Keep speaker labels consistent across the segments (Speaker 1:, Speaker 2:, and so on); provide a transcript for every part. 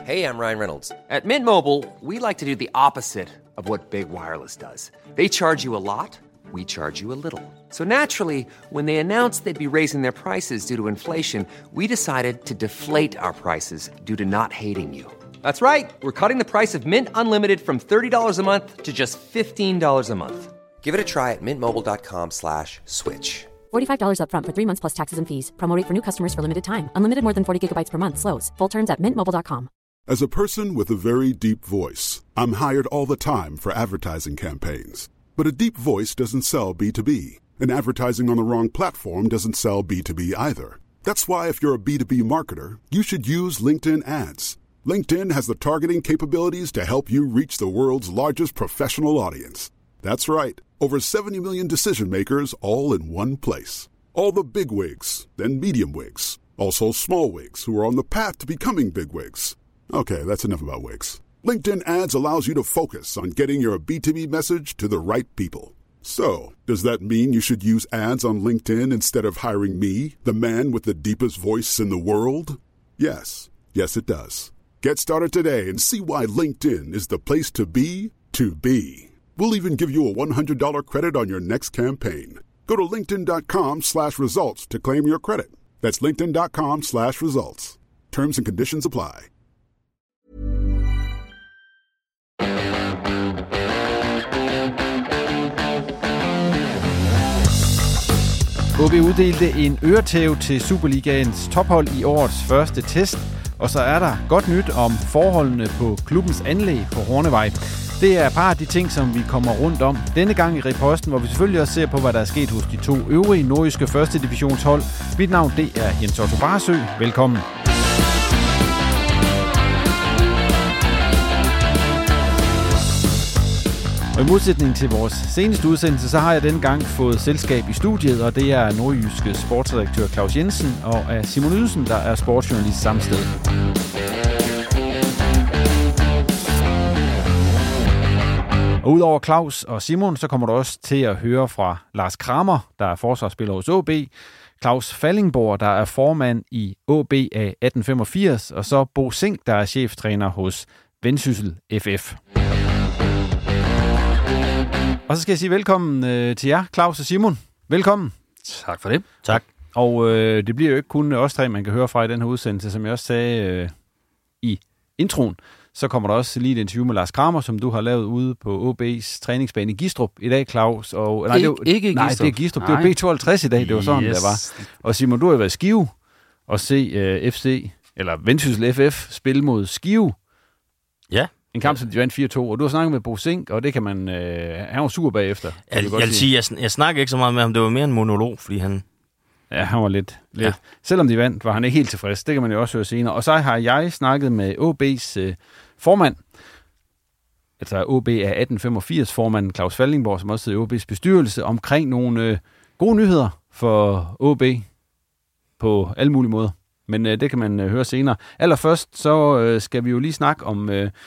Speaker 1: Hey, I'm Ryan Reynolds. At Mint Mobile, we like to do the opposite of what Big Wireless does. They charge you a lot, we charge you a little. So naturally, when they announced they'd be raising their prices due to inflation, we decided to deflate our prices due to not hating you. That's right. We're cutting the price of Mint Unlimited from $30 a month to just $15 a month. Give it a try at mintmobile.com/switch.
Speaker 2: $45 up front for 3 months plus taxes and fees. Promo rate for new customers for limited time. Unlimited more than 40 gigabytes per month slows. Full terms at mintmobile.com.
Speaker 3: As a person with a very deep voice, I'm hired all the time for advertising campaigns. But a deep voice doesn't sell B2B. And advertising on the wrong platform doesn't sell B2B either. That's why if you're a B2B marketer, you should use LinkedIn ads. LinkedIn has the targeting capabilities to help you reach the world's largest professional audience. That's right. Over 70 million decision makers all in one place. All the big wigs, then medium wigs. Also small wigs who are on the path to becoming big wigs. Okay, that's enough about wigs. LinkedIn ads allows you to focus on getting your B2B message to the right people. So, does that mean you should use ads on LinkedIn instead of hiring me, the man with the deepest voice in the world? Yes. Yes, it does. Get started today and see why LinkedIn is the place to be to be. We'll even give you a $100 credit on your next campaign. Go to linkedin.com/results to claim your credit. That's linkedin.com/results. Terms and conditions apply.
Speaker 4: OB uddelte en øretæve til Superligaens tophold i årets første test, og så er der godt nyt om forholdene på klubbens anlæg på Hornevej. Det er bare de ting, som vi kommer rundt om denne gang i Reposten, hvor vi selvfølgelig også ser på, hvad der er sket hos de 2 øvrige nordjyske første divisionshold. Mit navn, det er Jens Otto Barsø. Velkommen. Og i modsætning til vores seneste udsendelse, så har jeg denne gang fået selskab i studiet, og det er nordjyske sportsredaktør Claus Jensen og er Simon Ydelsen, der er sportsjournalist samme sted. Og udover Claus og Simon, så kommer du også til at høre fra Lars Kramer, der er forsvarsspiller hos OB, Claus Fallingborg, der er formand i OB af 1885, og så Bo Zink, der er cheftræner hos Vendsyssel FF. Og så skal jeg sige velkommen til jer, Claus og Simon. Velkommen.
Speaker 5: Tak for det.
Speaker 4: Tak. Og det bliver jo ikke kun os tre, man kan høre fra i den her udsendelse, som jeg også sagde i introen. Så kommer der også lige et interview med Lars Kramer, som du har lavet ude på OB's træningsbane i Gistrup i dag, Claus. Og,
Speaker 5: ikke Gistrup.
Speaker 4: Nej, det er Gistrup. Det var B52 i dag, det var sådan, det var. Og Simon, du har jo været i Skive og se FC, eller Vendsyssel FF, spille mod Skive.
Speaker 5: Ja.
Speaker 4: En kamp, som de vandt 4-2, og du har snakket med Bo Zink, og det kan man... han var sur bagefter.
Speaker 5: Jeg vil sige, jeg snakker ikke så meget med ham, det var mere en monolog, fordi han...
Speaker 4: Ja, han var lidt. Ja. Selvom de vandt, var han ikke helt tilfreds. Det kan man jo også høre senere. Og så har jeg snakket med OB's formand, altså OB af 1885 formand Claus Fallingborg, som også sidder i OB's bestyrelse, omkring nogle gode nyheder for OB på alle mulige måder. Men det kan man høre senere. Allerførst så skal vi jo lige snakke om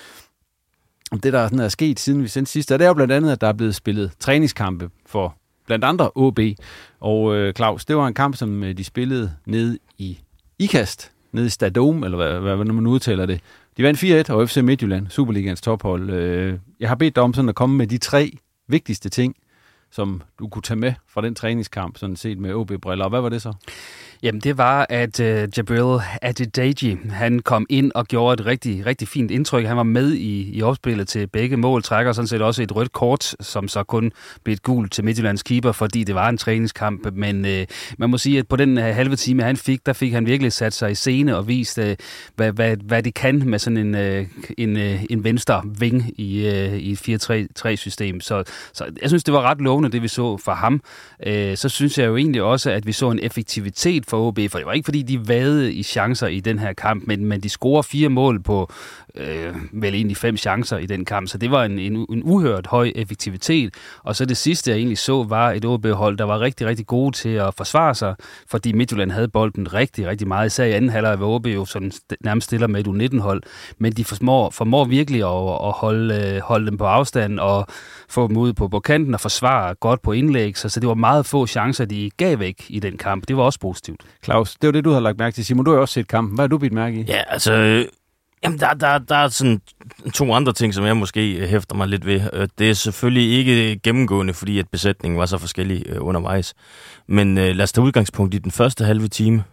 Speaker 4: det, der sådan er sket, siden vi sendte sidst. Og det er jo blandt andet, at der er blevet spillet træningskampe for blandt andre OB. Og Claus, det var en kamp, som de spillede nede i Ikast, nede i Stadome, eller hvad man udtaler det. De vandt 4-1 over FC Midtjylland, Superligaens tophold. Jeg har bedt dig om sådan at komme med de 3 vigtigste ting, som du kunne tage med fra den træningskamp, sådan set med OB-briller. Og hvad var det så?
Speaker 5: Jamen, det var, at Jabril Adedeji, han kom ind og gjorde et rigtig, rigtig fint indtryk. Han var med i opspillet til begge mål, trækker sådan set også et rødt kort, som så kun blev et gult til Midtjyllands keeper, fordi det var en træningskamp. Men man må sige, at på den halve time, han fik, der fik han virkelig sat sig i scene og vist, hvad det kan med sådan en venstre ving i et 4-3-3-system. Så jeg synes, det var ret lovende, det vi så for ham. Så synes jeg jo egentlig også, at vi så en effektivitet for OB, for det var ikke fordi, de vadede i chancer i den her kamp, men de scorer 4 mål på vel egentlig 5 chancer i den kamp, så det var en uhørt høj effektivitet. Og så det sidste, jeg egentlig så, var et OB-hold, der var rigtig, rigtig gode til at forsvare sig, fordi Midtjylland havde bolden rigtig, rigtig meget, især i anden halvleg, hvor OB jo sådan nærmest stiller med et U19-hold, men de formår virkelig at holde dem på afstand og få dem ud på kanten og forsvare godt på indlæg, så det var meget få chancer, de gav væk i den kamp. Det var også positivt.
Speaker 4: Claus, det var det, du har lagt mærke til. Simon, du har også set kampen. Hvad har du bidt mærke i?
Speaker 5: Ja, altså
Speaker 6: Jamen, der er sådan 2 andre ting, som jeg måske hæfter mig lidt ved. Det er selvfølgelig ikke gennemgående, fordi at besætningen var så forskellig undervejs. Men lad os tage udgangspunkt i den første halve time,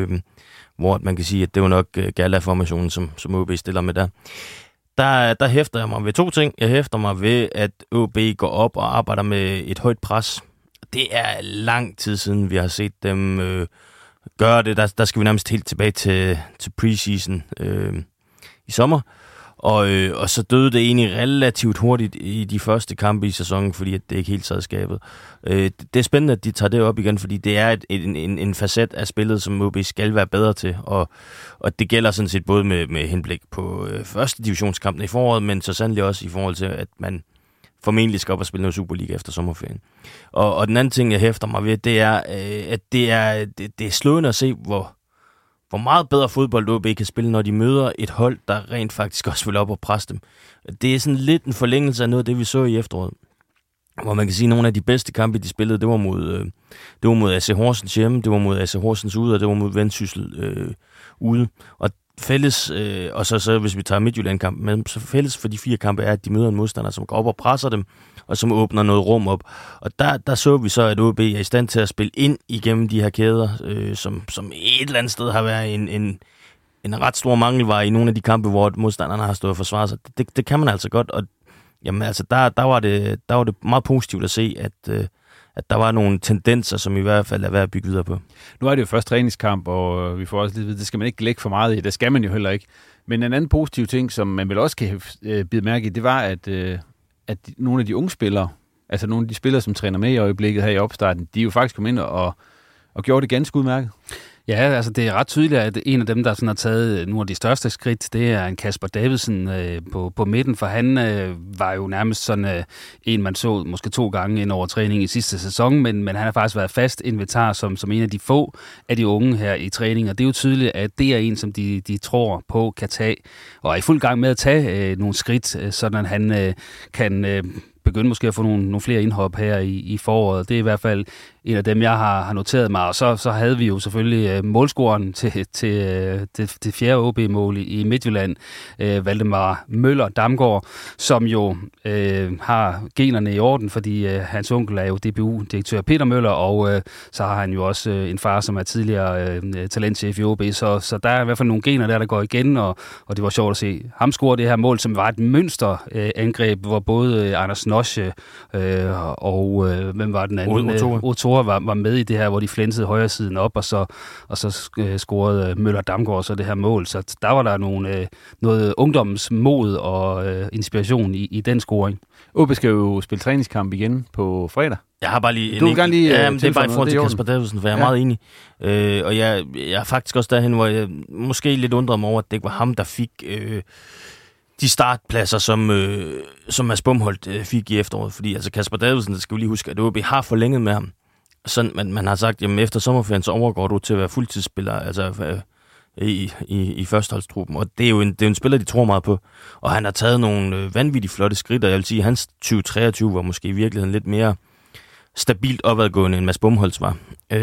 Speaker 6: hvor man kan sige, at det var nok Gala-formationen, som OB stiller med der. Der hæfter jeg mig ved 2 ting. Jeg hæfter mig ved, at OB går op og arbejder med et højt pres. Det er lang tid siden, vi har set dem gøre det. Der skal vi nærmest helt tilbage til preseason i sommer. Og så døde det egentlig relativt hurtigt i de første kampe i sæsonen, fordi at det ikke helt sad skabet. Det er spændende, at de tager det op igen, fordi det er en facet af spillet, som OB skal være bedre til. Og det gælder sådan set både med henblik på første divisionskampen i foråret, men så sandelig også i forhold til, at man formentlig skal op og spille noget Superliga efter sommerferien. Og den anden ting, jeg hæfter mig ved, det er, at det er slående at se, hvor meget bedre fodbold OB kan spille, når de møder et hold, der rent faktisk også vil op og presse dem. Det er sådan lidt en forlængelse af noget af det, vi så i efteråret. Hvor man kan sige, at nogle af de bedste kampe, de spillede, det var mod AC Horsens hjemme, det var mod AC Horsens ude, og det var mod Vendsyssel ude. Og fælles, og så hvis vi tager Midtjylland-kampen med, så fælles for de 4 kampe er, at de møder en modstander, som går op og presser dem, og som åbner noget rum op. Og der så vi så, at OB er i stand til at spille ind igennem de her kæder, som et eller andet sted har været en ret stor mangelvare i nogle af de kampe, hvor modstanderne har stået og forsvaret sig. Det kan man altså godt, og jamen, altså, der var det meget positivt at se, at der var nogle tendenser, som i hvert fald er værd at bygge videre på.
Speaker 4: Nu er det jo først træningskamp, og vi får også lidt ved, det skal man ikke lægge for meget i. Det skal man jo heller ikke. Men en anden positiv ting, som man vel også kan bide mærke i, det var, at nogle af de unge spillere, altså nogle af de spillere, som træner med i øjeblikket her i opstarten, de er jo faktisk kommet ind og gjorde det ganske udmærket.
Speaker 5: Ja, altså det er ret tydeligt, at en af dem, der sådan har taget nogle af de største skridt, det er en Kasper Davidsen på midten, for han var jo nærmest sådan en, man så måske 2 gange ind over træning i sidste sæson, men han har faktisk været fast inventar som en af de få af de unge her i træning, og det er jo tydeligt, at det er en, som de tror på kan tage, og er i fuld gang med at tage nogle skridt, sådan han kan begynde måske at få nogle flere indhop her i foråret. Det er i hvert fald en af dem, jeg har noteret mig. Og så havde vi jo selvfølgelig målscoren til det 4. OB-mål i Midtjylland, Valdemar Møller Damgaard, som jo har generne i orden, fordi hans onkel er jo DBU-direktør Peter Møller, og så har han jo også en far, som er tidligere talentchef i OB. Så der er i hvert fald nogle gener der går igen, og det var sjovt at se ham score det her mål, som var et mønsterangreb, hvor både Anders Nosche og hvem var den anden? Otore var med i det her, hvor de flænsede højre siden op, og så scorede Møller Damgaard så det her mål. Så der var der noget ungdommens mod og inspiration i den scoring.
Speaker 4: OB skal jo spille træningskamp igen på fredag.
Speaker 6: Jeg har bare lige...
Speaker 4: Du vil gerne lige...
Speaker 6: det er bare i forhold til Kasper Davidsen, for jeg er meget enig. Og jeg er faktisk også derhen, hvor jeg måske lidt undrede mig over, at det ikke var ham, der fik... de startpladser, som Mads Bumholdt fik i efteråret. Fordi altså Kasper Davidsen, skal vi lige huske, at OB har forlænget med ham. Sådan, man har sagt, jamen efter sommerferien, så overgår du til at være fuldtidsspiller, altså i førsteholdstruppen. Og det er jo en spiller, de tror meget på. Og han har taget nogle vanvittigt flotte skridt, og jeg vil sige, at hans 2023 var måske i virkeligheden lidt mere stabilt opadgående, end Mads Bumholtz var.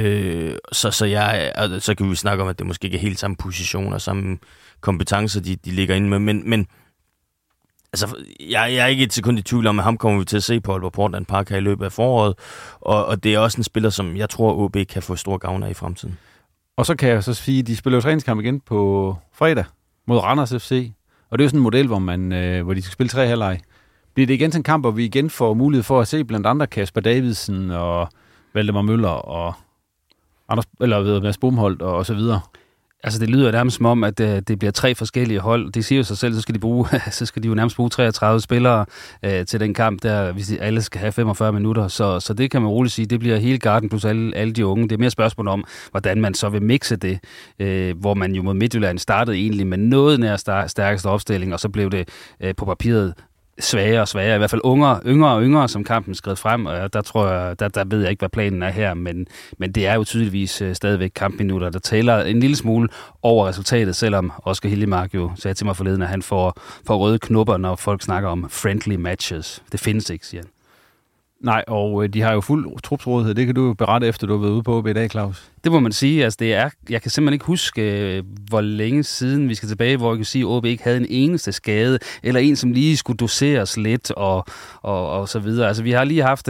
Speaker 6: Så kan vi snakke om, at det måske ikke er helt samme position og samme kompetencer, de ligger inde med, men altså, jeg er ikke et sekund i tvivl om, at ham kommer vi til at se på Aalborg Portland Park her i løbet af foråret, og det er også en spiller, som jeg tror, OB kan få stor gavn af i fremtiden. Og
Speaker 4: så kan jeg så sige, at de spiller jo træningskamp igen på fredag mod Randers FC, og det er jo sådan en model, hvor de skal spille 3 halvleg. Bliver det igen sådan en kamp, hvor vi igen får mulighed for at se blandt andre Kasper Davidsen og Valdemar Møller og Mads Bumholdt og så videre?
Speaker 5: Altså det lyder nærmest som om, at det bliver 3 forskellige hold. Det siger jo sig selv, så skal de jo nærmest bruge 33 spillere til den kamp, der hvis alle skal have 45 minutter. Så det kan man roligt sige, det bliver hele garden plus alle de unge. Det er mere spørgsmål om, hvordan man så vil mixe det, hvor man jo mod Midtjylland startede egentlig med noget nær stærkeste opstilling, og så blev det på papiret svagere og svagere, i hvert fald yngre og yngre, som kampen skred frem, og der tror jeg, der ved jeg ikke, hvad planen er her, men det er jo tydeligvis stadigvæk kampminutter, der tæller en lille smule over resultatet, selvom Oscar Hiljemark jo sagde til mig forleden, at han får røde knopper, når folk snakker om friendly matches. Det findes ikke, siger han.
Speaker 4: Nej, og de har jo fuld trupsrådighed. Det kan du jo berette efter, du har været ude på i dag, Claus.
Speaker 5: Det må man sige. Altså, jeg kan simpelthen ikke huske, hvor længe siden vi skal tilbage, hvor jeg kan sige, at OB ikke havde en eneste skade, eller en, som lige skulle doseres lidt, og så videre. Altså, vi har lige haft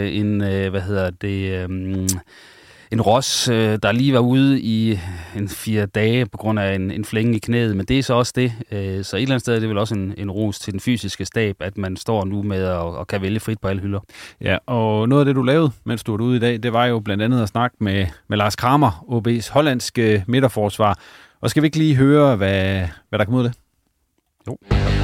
Speaker 5: en Ross, der lige var ude i 4 dage på grund af en flænge i knæet, men det er så også det. Så et eller andet sted er det vel også en ros til den fysiske stab, at man står nu med og kan vælge frit på alle hylder. Ja, og noget af det, du lavede, mens du var ude i dag, det var jo blandt andet at snakke med Lars Kramer, OB's hollandske midterforsvar. Og skal vi ikke lige høre, hvad der kommer ud af det? Jo.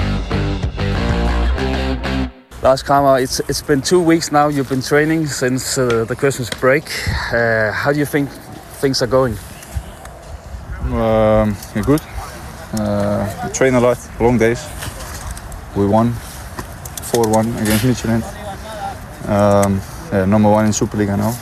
Speaker 7: Lars Kramer, it's been 2 weeks now. You've been training since the Christmas break. How do you think things are going?
Speaker 8: We're good. We train a lot, long days. We won 4-1 against Midtjylland. Number 1 in Superliga now.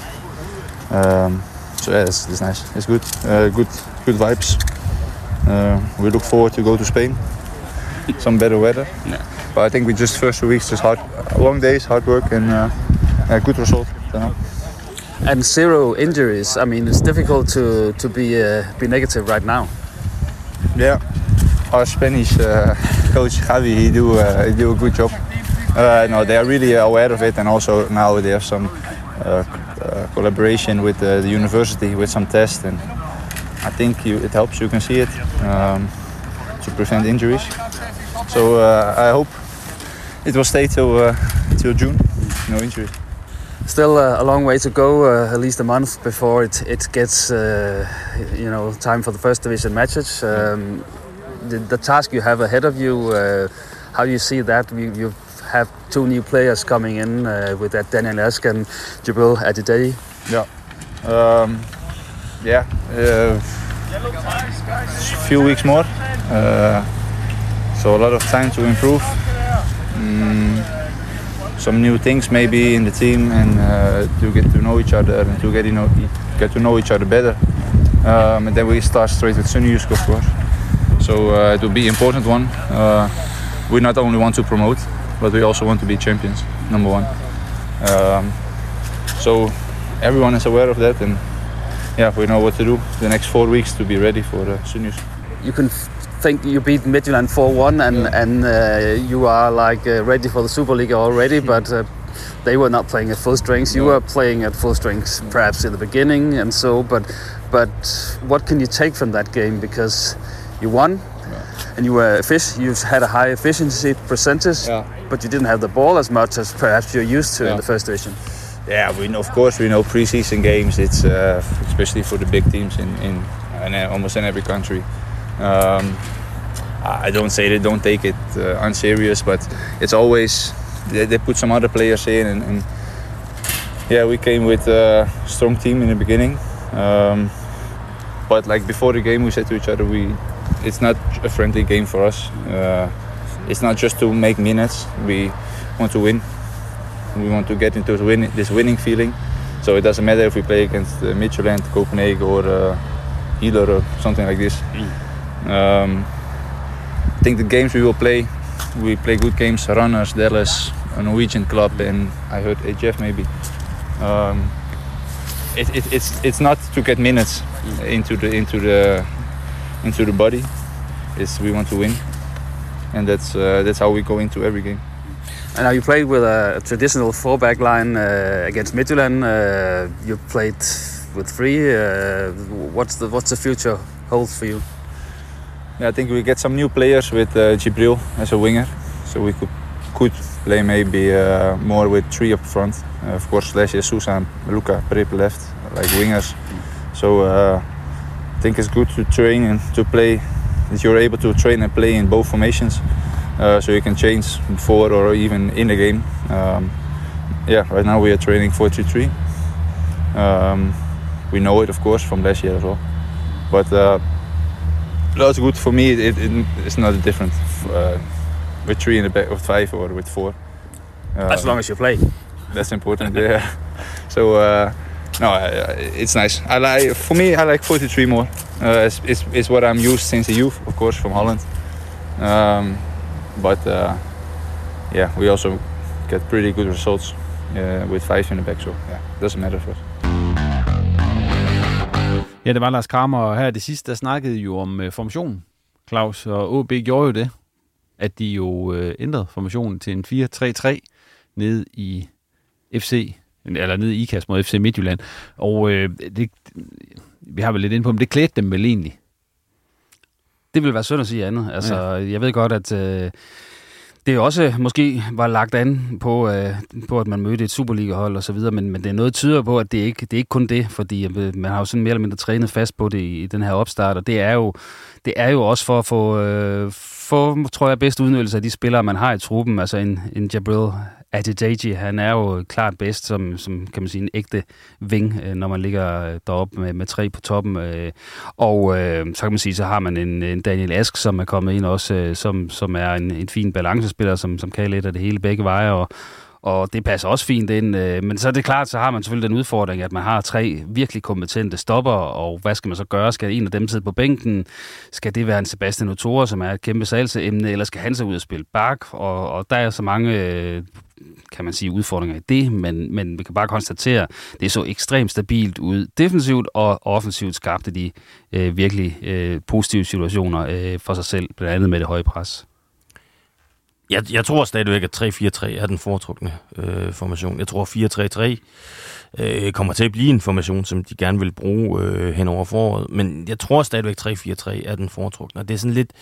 Speaker 8: So yeah, it's nice. It's good. Good vibes. We look forward to go to Spain. Some better weather. Yeah. But I think we just first 2 weeks, just long days, hard work, and a good result.
Speaker 7: And 0 injuries. I mean, it's difficult to be negative right now.
Speaker 8: Yeah, our Spanish coach Javi, he do a good job. No, they are really aware of it, and also now they have some collaboration with the university with some tests, and I think it helps. You can see it to prevent injuries. So I hope it will stay till June. No injuries.
Speaker 7: Still a long way to go, at least a month before it gets time for the first division matches. The task you have ahead of you, how do you see that? You have 2 new players coming in with that Daniel Ask and Jabril Adidei.
Speaker 8: Yeah. Few weeks more. So a lot of time to improve. Some new things maybe in the team, and to get to know each other and to get to know each other better. And then we start straight with Sunnyusk, of course. So it will be an important one. We not only want to promote, but we also want to be champions, number 1. So everyone is aware of that, and yeah, we know what to do the next 4 weeks to be ready for Sunnyusk.
Speaker 7: You can think you beat Midtjylland 4-1 and you are ready for the Superliga already, but they were not playing at full strength. You were playing at full strength perhaps in the beginning, and so. But what can you take from that game? Because you won, and you had a high efficiency percentage, but you didn't have the ball as much as perhaps you're used to in the first division.
Speaker 8: Yeah, we know pre-season games. It's especially for the big teams in almost in every country. I don't say they don't take it unserious, but it's always they put some other players in, and yeah, we came with a strong team in the beginning, but before the game we said to each other, it's not a friendly game for us. It's not just to make minutes. We want to win. We want to get into this winning feeling. So it doesn't matter if we play against Midtjylland, Copenhagen, or Hiller or something like this. I think the games we play good games. Runners, Dallas, a Norwegian club, and I heard AGF maybe. It's not to get minutes into the body. We want to win, and that's how we go into every game.
Speaker 7: And now you played with a traditional 4-back line against Midtjylland. You played with 3. What's the future hold for you?
Speaker 8: Yeah, I think we get some new players with Jabril as a winger, so we could play maybe more with 3 up front. Of course, last year Sousa and Luka Prip left like wingers. So I think it's good to train and to play. That you're able to train and play in both formations, so you can change before or even in the game. Right now we are training 4-3-3. We know it, of course, from last year as well, but. That's good for me. It's not different with 3 in the back, with 5 or with 4.
Speaker 7: As long as you play.
Speaker 8: That's important. Yeah. So it's nice. I like 4-3 more. It's what I'm used since the youth, of course, from Holland. But we also get pretty good results with 5 in the back, so yeah, doesn't matter for us.
Speaker 4: Ja, det var Lars Kramer, og her det sidste, der snakkede jo om formation, Claus, og OB gjorde jo det, at de jo ændrede formationen til en 4-3-3 nede i nede i IKAST mod FC Midtjylland, og vi har vel lidt inde på, men det klædte dem vel egentlig.
Speaker 5: Det vil være synd at sige andet. Altså, jeg ved godt, at det også måske var lagt an på, at man mødte et Superliga-hold og så videre, men det er noget tyder på, at det er ikke kun det, fordi man har jo sådan mere eller mindre trænet fast på det i den her opstart, og det er jo også for at få, tror jeg, bedst udnyttelse af de spillere, man har i truppen. Altså en Jabril Adedeji, han er jo klart bedst som kan man sige, en ægte wing, når man ligger deroppe med 3 på toppen. Og så kan man sige, så har man en Daniel Ask, som er kommet ind også, som er en fin balancespiller, som kan lidt af det hele begge veje, og det passer også fint ind. Men så er det klart, så har man selvfølgelig den udfordring, at man har 3 virkelig kompetente stopper, og hvad skal man så gøre? Skal en af dem sidde på bænken? Skal det være en Sebastian Otore, som er et kæmpe salgsemne, eller skal han så ud og spille bak? Og der er så mange, kan man sige, udfordringer i det, men vi kan bare konstatere, det er så ekstremt stabilt ud defensivt, og offensivt skabte de virkelig positive situationer for sig selv, blandt andet med det høje pres.
Speaker 6: Jeg tror stadigvæk, at 3-4-3 er den foretrukne formation. Jeg tror, 4-3-3 kommer til at blive en formation, som de gerne vil bruge hen over foråret. Men jeg tror stadigvæk, 3-4-3 er den foretrukne. Og det er sådan lidt...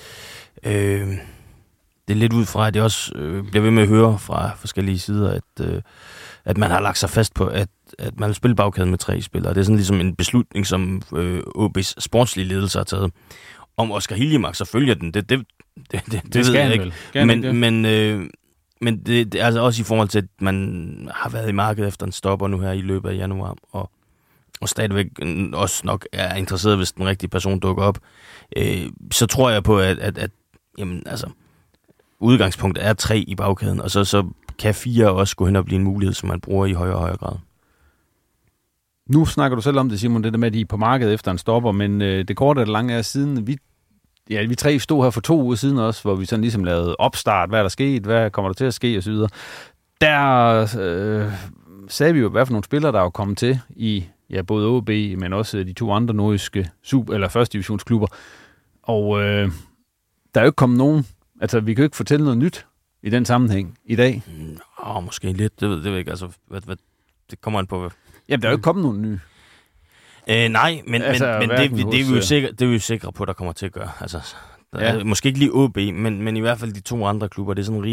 Speaker 6: det er lidt ud fra, at det også bliver ved med at høre fra forskellige sider, at man har lagt sig fast på, at man vil spille bagkæden med 3 spillere. Det er sådan ligesom en beslutning, som OB's sportslige ledelse har taget. Om Oscar Hiljemark så følger den, det ved jeg ikke. Men det er altså også i forhold til, at man har været i markedet efter en stopper nu her i løbet af januar, og stadigvæk også nok er interesseret, hvis den rigtige person dukker op. Så tror jeg på, at jamen, altså, udgangspunktet er 3 i bagkæden, og så kan 4 også gå hen og blive en mulighed, som man bruger i højere og højere grad.
Speaker 4: Nu snakker du selv om det, Simon, det der med, at de er på markedet efter en stopper, men det korte og det lange er siden, vi 3 stod her for 2 uger siden også, hvor vi sådan ligesom lavede opstart, hvad er der sket, hvad kommer der til at ske, og så videre. Der sagde vi jo, hvad for nogle spillere, der er kommet til i både OB, men også de 2 andre nordiske første divisionsklubber. Og der er jo ikke kommet nogen, altså vi kan jo ikke fortælle noget nyt i den sammenhæng i dag.
Speaker 6: Måske lidt, det ved jeg ikke, altså hvad det kommer an på.
Speaker 4: Jamen, der er jo ikke kommet nogen nye.
Speaker 6: Nej, men det er vi jo sikre på, der kommer til at gøre. Altså, måske ikke lige OB, men i hvert fald de 2 andre klubber, det er sådan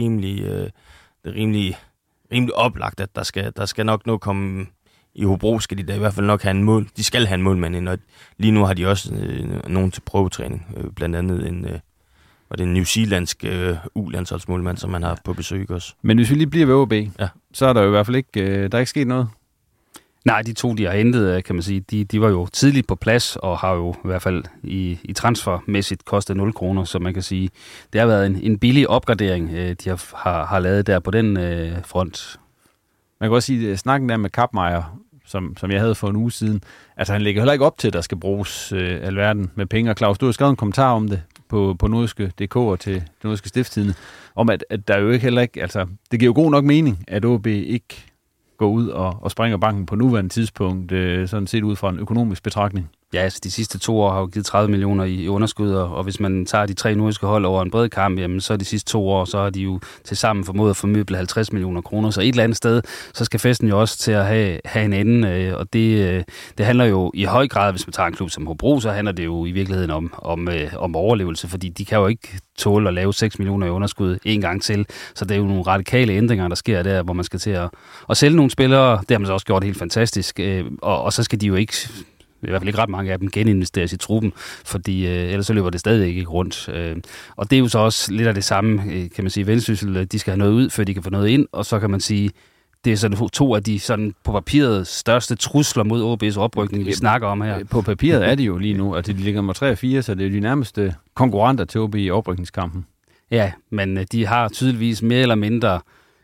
Speaker 6: rimelig oplagt, at der skal nok nå komme i Hobro, skal de da i hvert fald nok have en mål. De skal have en målmand, og lige nu har de også nogen til prøvetræning, blandt andet en New Zealandsk U-landsholdsmålmand, som man har på besøg også. Men
Speaker 4: hvis vi lige bliver ved OB, så er der jo i hvert fald ikke, der er ikke sket noget.
Speaker 5: Nej, de 2, de har hentet, kan man sige, de var jo tidligt på plads, og har jo i hvert fald i transfermæssigt kostet 0 kroner, så man kan sige, det har været en billig opgradering, de har lavet der på den front.
Speaker 4: Man kan også sige, at snakken der med Kappmeier, som jeg havde for en uge siden, altså han lægger heller ikke op til, at der skal bruges alverden med penge. Og Claus, du har skrevet en kommentar om det på nordiske.dk og til det nordiske Stiftstidende, om at der jo ikke heller ikke, altså det giver jo god nok mening, at OB ikke gå ud og springer banken på nuværende tidspunkt, sådan set ud fra en økonomisk betragtning.
Speaker 5: Ja, altså de sidste 2 år har jo givet 30 millioner i underskud, og hvis man tager de 3 nordiske hold over en bred kamp, jamen så de sidste 2 år, så har de jo tilsammen formået at formøble 50 millioner kroner. Så et eller andet sted, så skal festen jo også til at have en ende, og det handler jo i høj grad, hvis man tager en klub som Hobro, så handler det jo i virkeligheden om overlevelse, fordi de kan jo ikke tåle at lave 6 millioner i underskud en gang til. Så det er jo nogle radikale ændringer, der sker der, hvor man skal til at sælge nogle spillere. Det har man så også gjort helt fantastisk, og så skal de jo ikke, i hvert fald ikke ret mange af dem, geninvesteres i truppen, fordi ellers så løber det stadig ikke rundt. Og det er jo så også lidt af det samme, kan man sige, Vendsyssel, de skal have noget ud, før de kan få noget ind, og så kan man sige, det er sådan 2 af de sådan på papiret største trusler mod OB's oprykning, vi snakker om her.
Speaker 4: På papiret er det jo lige nu, at de ligger nummer 3 og 4, så det er jo de nærmeste konkurrenter til OB i oprykningskampen.
Speaker 5: Ja, men de har tydeligvis mere eller mindre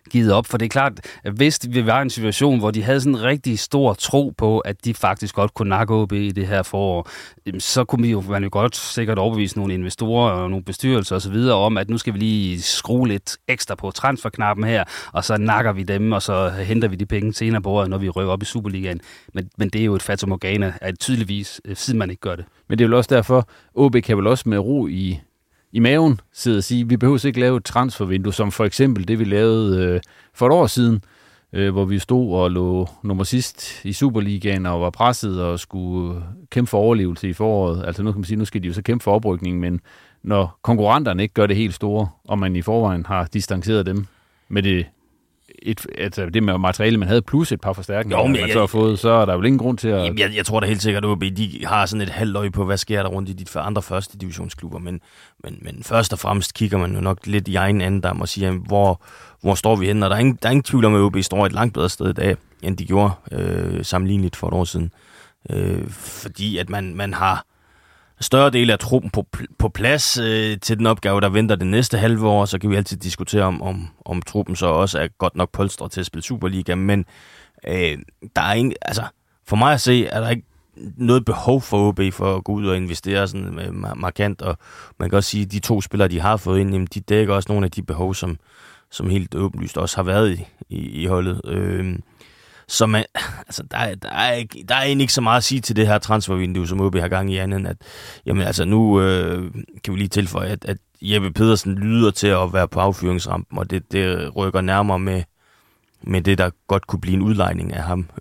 Speaker 5: givet op, for det er klart, at hvis vi var i en situation, hvor de havde sådan en rigtig stor tro på, at de faktisk godt kunne nakke OB i det her forår, så kunne man jo godt sikkert overbevise nogle investorer og nogle bestyrelser osv. om, at nu skal vi lige skrue lidt ekstra på transferknappen her, og så nakker vi dem, og så henter vi de penge senere på året, når vi rykker op i Superligaen. Men det er jo et fatamorgana, at tydeligvis, siden man ikke gør det. Men det er vel også derfor, OB kan vel også med ro i maven sidde og sige, vi behøver ikke lave et transfervindue, som for eksempel det, vi lavede for et år siden, hvor vi stod og lå nummer sidst i Superligaen og var presset og skulle kæmpe for overlevelse i foråret. Altså nu kan man sige, nu skal de jo så kæmpe for oprykning, men når konkurrenterne ikke gør det helt store, og man i forvejen har distanceret dem med det med materiale, man havde, plus et par forstærkninger, man så har fået, så er der jo ingen grund til at...
Speaker 6: Jeg tror da helt sikkert, at OB de har sådan et halvt øje på, hvad sker der rundt i de andre første divisionsklubber, men først og fremmest kigger man jo nok lidt i egen andedam og siger, hvor står vi henne, og der er ingen tvivl om, at OB står et langt bedre sted i dag, end de gjorde sammenligneligt for et år siden. Fordi at man har større del af truppen på plads til den opgave, der venter det næste halve år, så kan vi altid diskutere om truppen så også er godt nok polstret til at spille Superliga, men der er ingen, altså for mig at se, er der ikke noget behov for OB for at gå ud og investere sådan markant, og man kan også sige, at de 2 spillere, de har fået ind, de dækker også nogle af de behov, som helt åbenlyst også har været i holdet. Så man, altså, der er egentlig ikke så meget at sige til det her transfervindue, som OB har gang i andet, end at jamen, altså, nu kan vi lige tilføje, at Jeppe Pedersen lyder til at være på affyringsrampen, og det rykker nærmere med det, der godt kunne blive en udlejning af ham.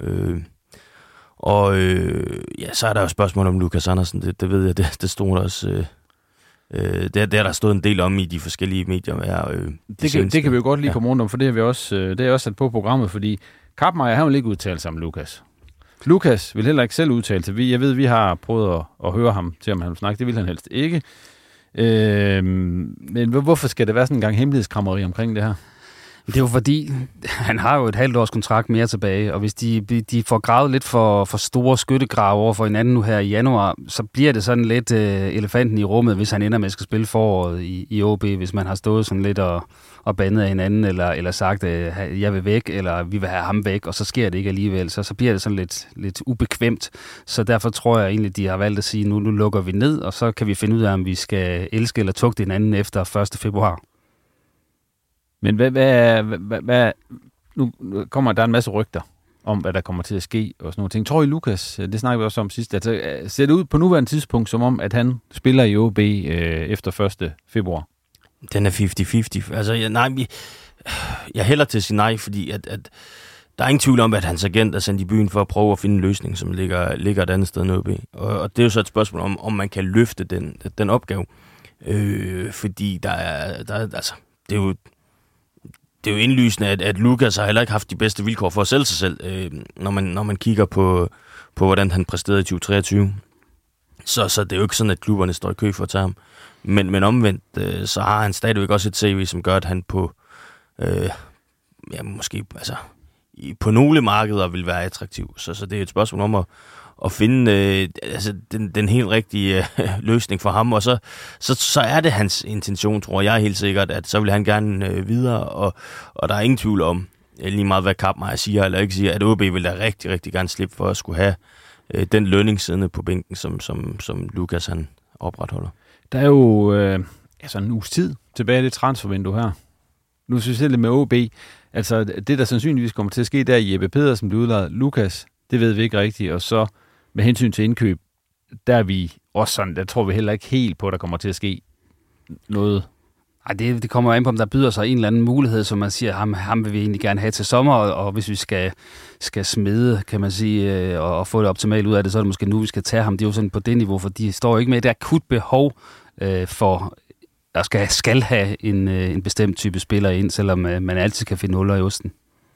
Speaker 6: Så er der jo spørgsmål om Lukas Andersen, det ved jeg, det stod der også... Det er der stået en del om i de forskellige medier.
Speaker 4: Det kan vi jo godt lige komme rundt om, for det har vi også, det er også sat på programmet, fordi Kappmeier har jo ikke udtalt sig om Lukas. Lukas vil heller ikke selv udtale sig. Jeg ved, vi har prøvet at høre ham til, om han vil snakke. Det vil han helst ikke. Men hvorfor skal det være sådan en gang hemmelighedskrammeri omkring det her?
Speaker 5: Det er jo fordi, han har jo et halvt års kontrakt mere tilbage, og hvis de får gravet lidt for store skyttegrave over for hinanden nu her i januar, så bliver det sådan lidt elefanten i rummet, hvis han ender med at skal spille foråret i OB, hvis man har stået sådan lidt og bandet af hinanden, eller sagt, jeg vil væk, eller vi vil have ham væk, og så sker det ikke alligevel, så bliver det sådan lidt ubekvemt. Så derfor tror jeg egentlig, de har valgt at sige, nu lukker vi ned, og så kan vi finde ud af, om vi skal elske eller tugte hinanden efter 1. februar.
Speaker 4: Men hvad nu kommer der en masse rygter om, hvad der kommer til at ske og sådan nogle ting. Tror I, Lukas, det snakker vi også om sidst, altså, ser det ud på nuværende tidspunkt, som om, at han spiller i OB efter 1. februar?
Speaker 6: Den er 50-50. Altså, jeg hælder til at sige nej, fordi at der er ingen tvivl om, at hans agent er sendt i byen for at prøve at finde en løsning, som ligger et andet sted end OB. Og det er jo så et spørgsmål om man kan løfte den opgave. Fordi der er altså, det er jo indlysende, at Lukas har heller ikke haft de bedste vilkår for at sælge sig selv, når man kigger på hvordan han præsterede i 2023. Så det er jo ikke sådan, at klubberne står i kø for at tage ham. Men omvendt, så har han stadigvæk også et CV, som gør, at han på måske altså på nogle markeder vil være attraktiv. Så det er et spørgsmål om at finde den helt rigtige løsning for ham, og så er det hans intention, tror jeg helt sikkert, at så vil han gerne videre, og der er ingen tvivl om, lige meget hvad Kappmeier siger eller ikke siger, at OB vil da rigtig, rigtig gerne slippe for at skulle have den lønning siddende på bænken, som Lukas han opretholder.
Speaker 4: Der er jo en uges tid tilbage i det transfervindue her. Nu synes jeg lidt med OB, altså det der sandsynligvis kommer til at ske, der er Jeppe Pedersen bliver udlejet. Lukas, det ved vi ikke rigtigt, og så med hensyn til indkøb, der er vi også sådan, der tror vi heller ikke helt på, at der kommer til at ske noget.
Speaker 5: Ej, det kommer an på, om der byder sig en eller anden mulighed, som man siger, ham vil vi egentlig gerne have til sommer, og hvis vi skal smide, kan man sige, og få det optimalt ud af det, så er det måske nu, vi skal tage ham. Det er jo sådan på det niveau, for de står ikke med et akut behov for at skal have en bestemt type spiller ind, selvom man altid kan finde huller i osten.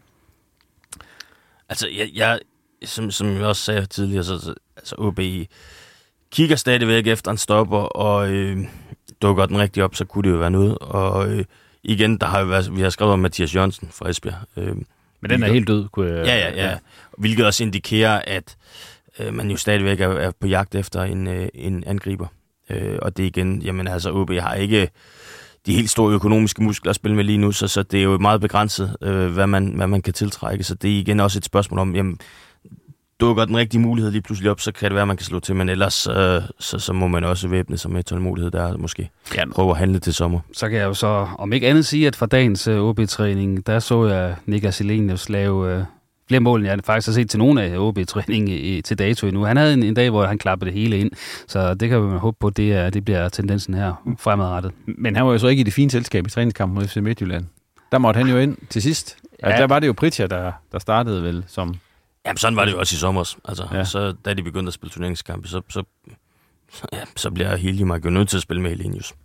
Speaker 6: Altså, jeg som jeg også sagde tidligere, så OB kigger stadigvæk efter en stopper, og dukker den rigtig op, så kunne det jo være noget. Og igen, der har jo været, vi har skrevet om Mathias Jørgensen fra Esbjerg.
Speaker 4: Men den er helt død, kunne jeg...
Speaker 6: Ja. Hvilket også indikerer, at man jo stadigvæk er på jagt efter en angriber. Og det igen, jamen altså OB har ikke... de helt store økonomiske muskler at spille med lige nu, så det er jo meget begrænset, hvad man kan tiltrække. Så det er igen også et spørgsmål om, jamen, dukker den rigtige mulighed lige pludselig op, så kan det være, at man kan slå til, men ellers så må man også væbne sig med tålmodighed der, måske prøve at handle til sommer. Så
Speaker 5: kan jeg jo så, om ikke andet sige, at fra dagens OB-træning, der så jeg Niklas Elenius lave flere mål, end jeg faktisk har set til nogle af OB-træning til dato endnu. Han havde en dag, hvor han klappede det hele ind, så det kan man håbe på, det bliver tendensen her fremadrettet.
Speaker 4: Men han var jo så ikke i det fine selskab i træningskampen mod FC Midtjylland. Der måtte han jo ind til sidst. Ja. Altså, der var det jo Pritja, der startede vel som...
Speaker 6: Jamen, sådan var det jo også i sommer. Altså, så da de begyndte at spille turneringskampe, så bliver Hiljemark jo nødt til at spille med Elenius.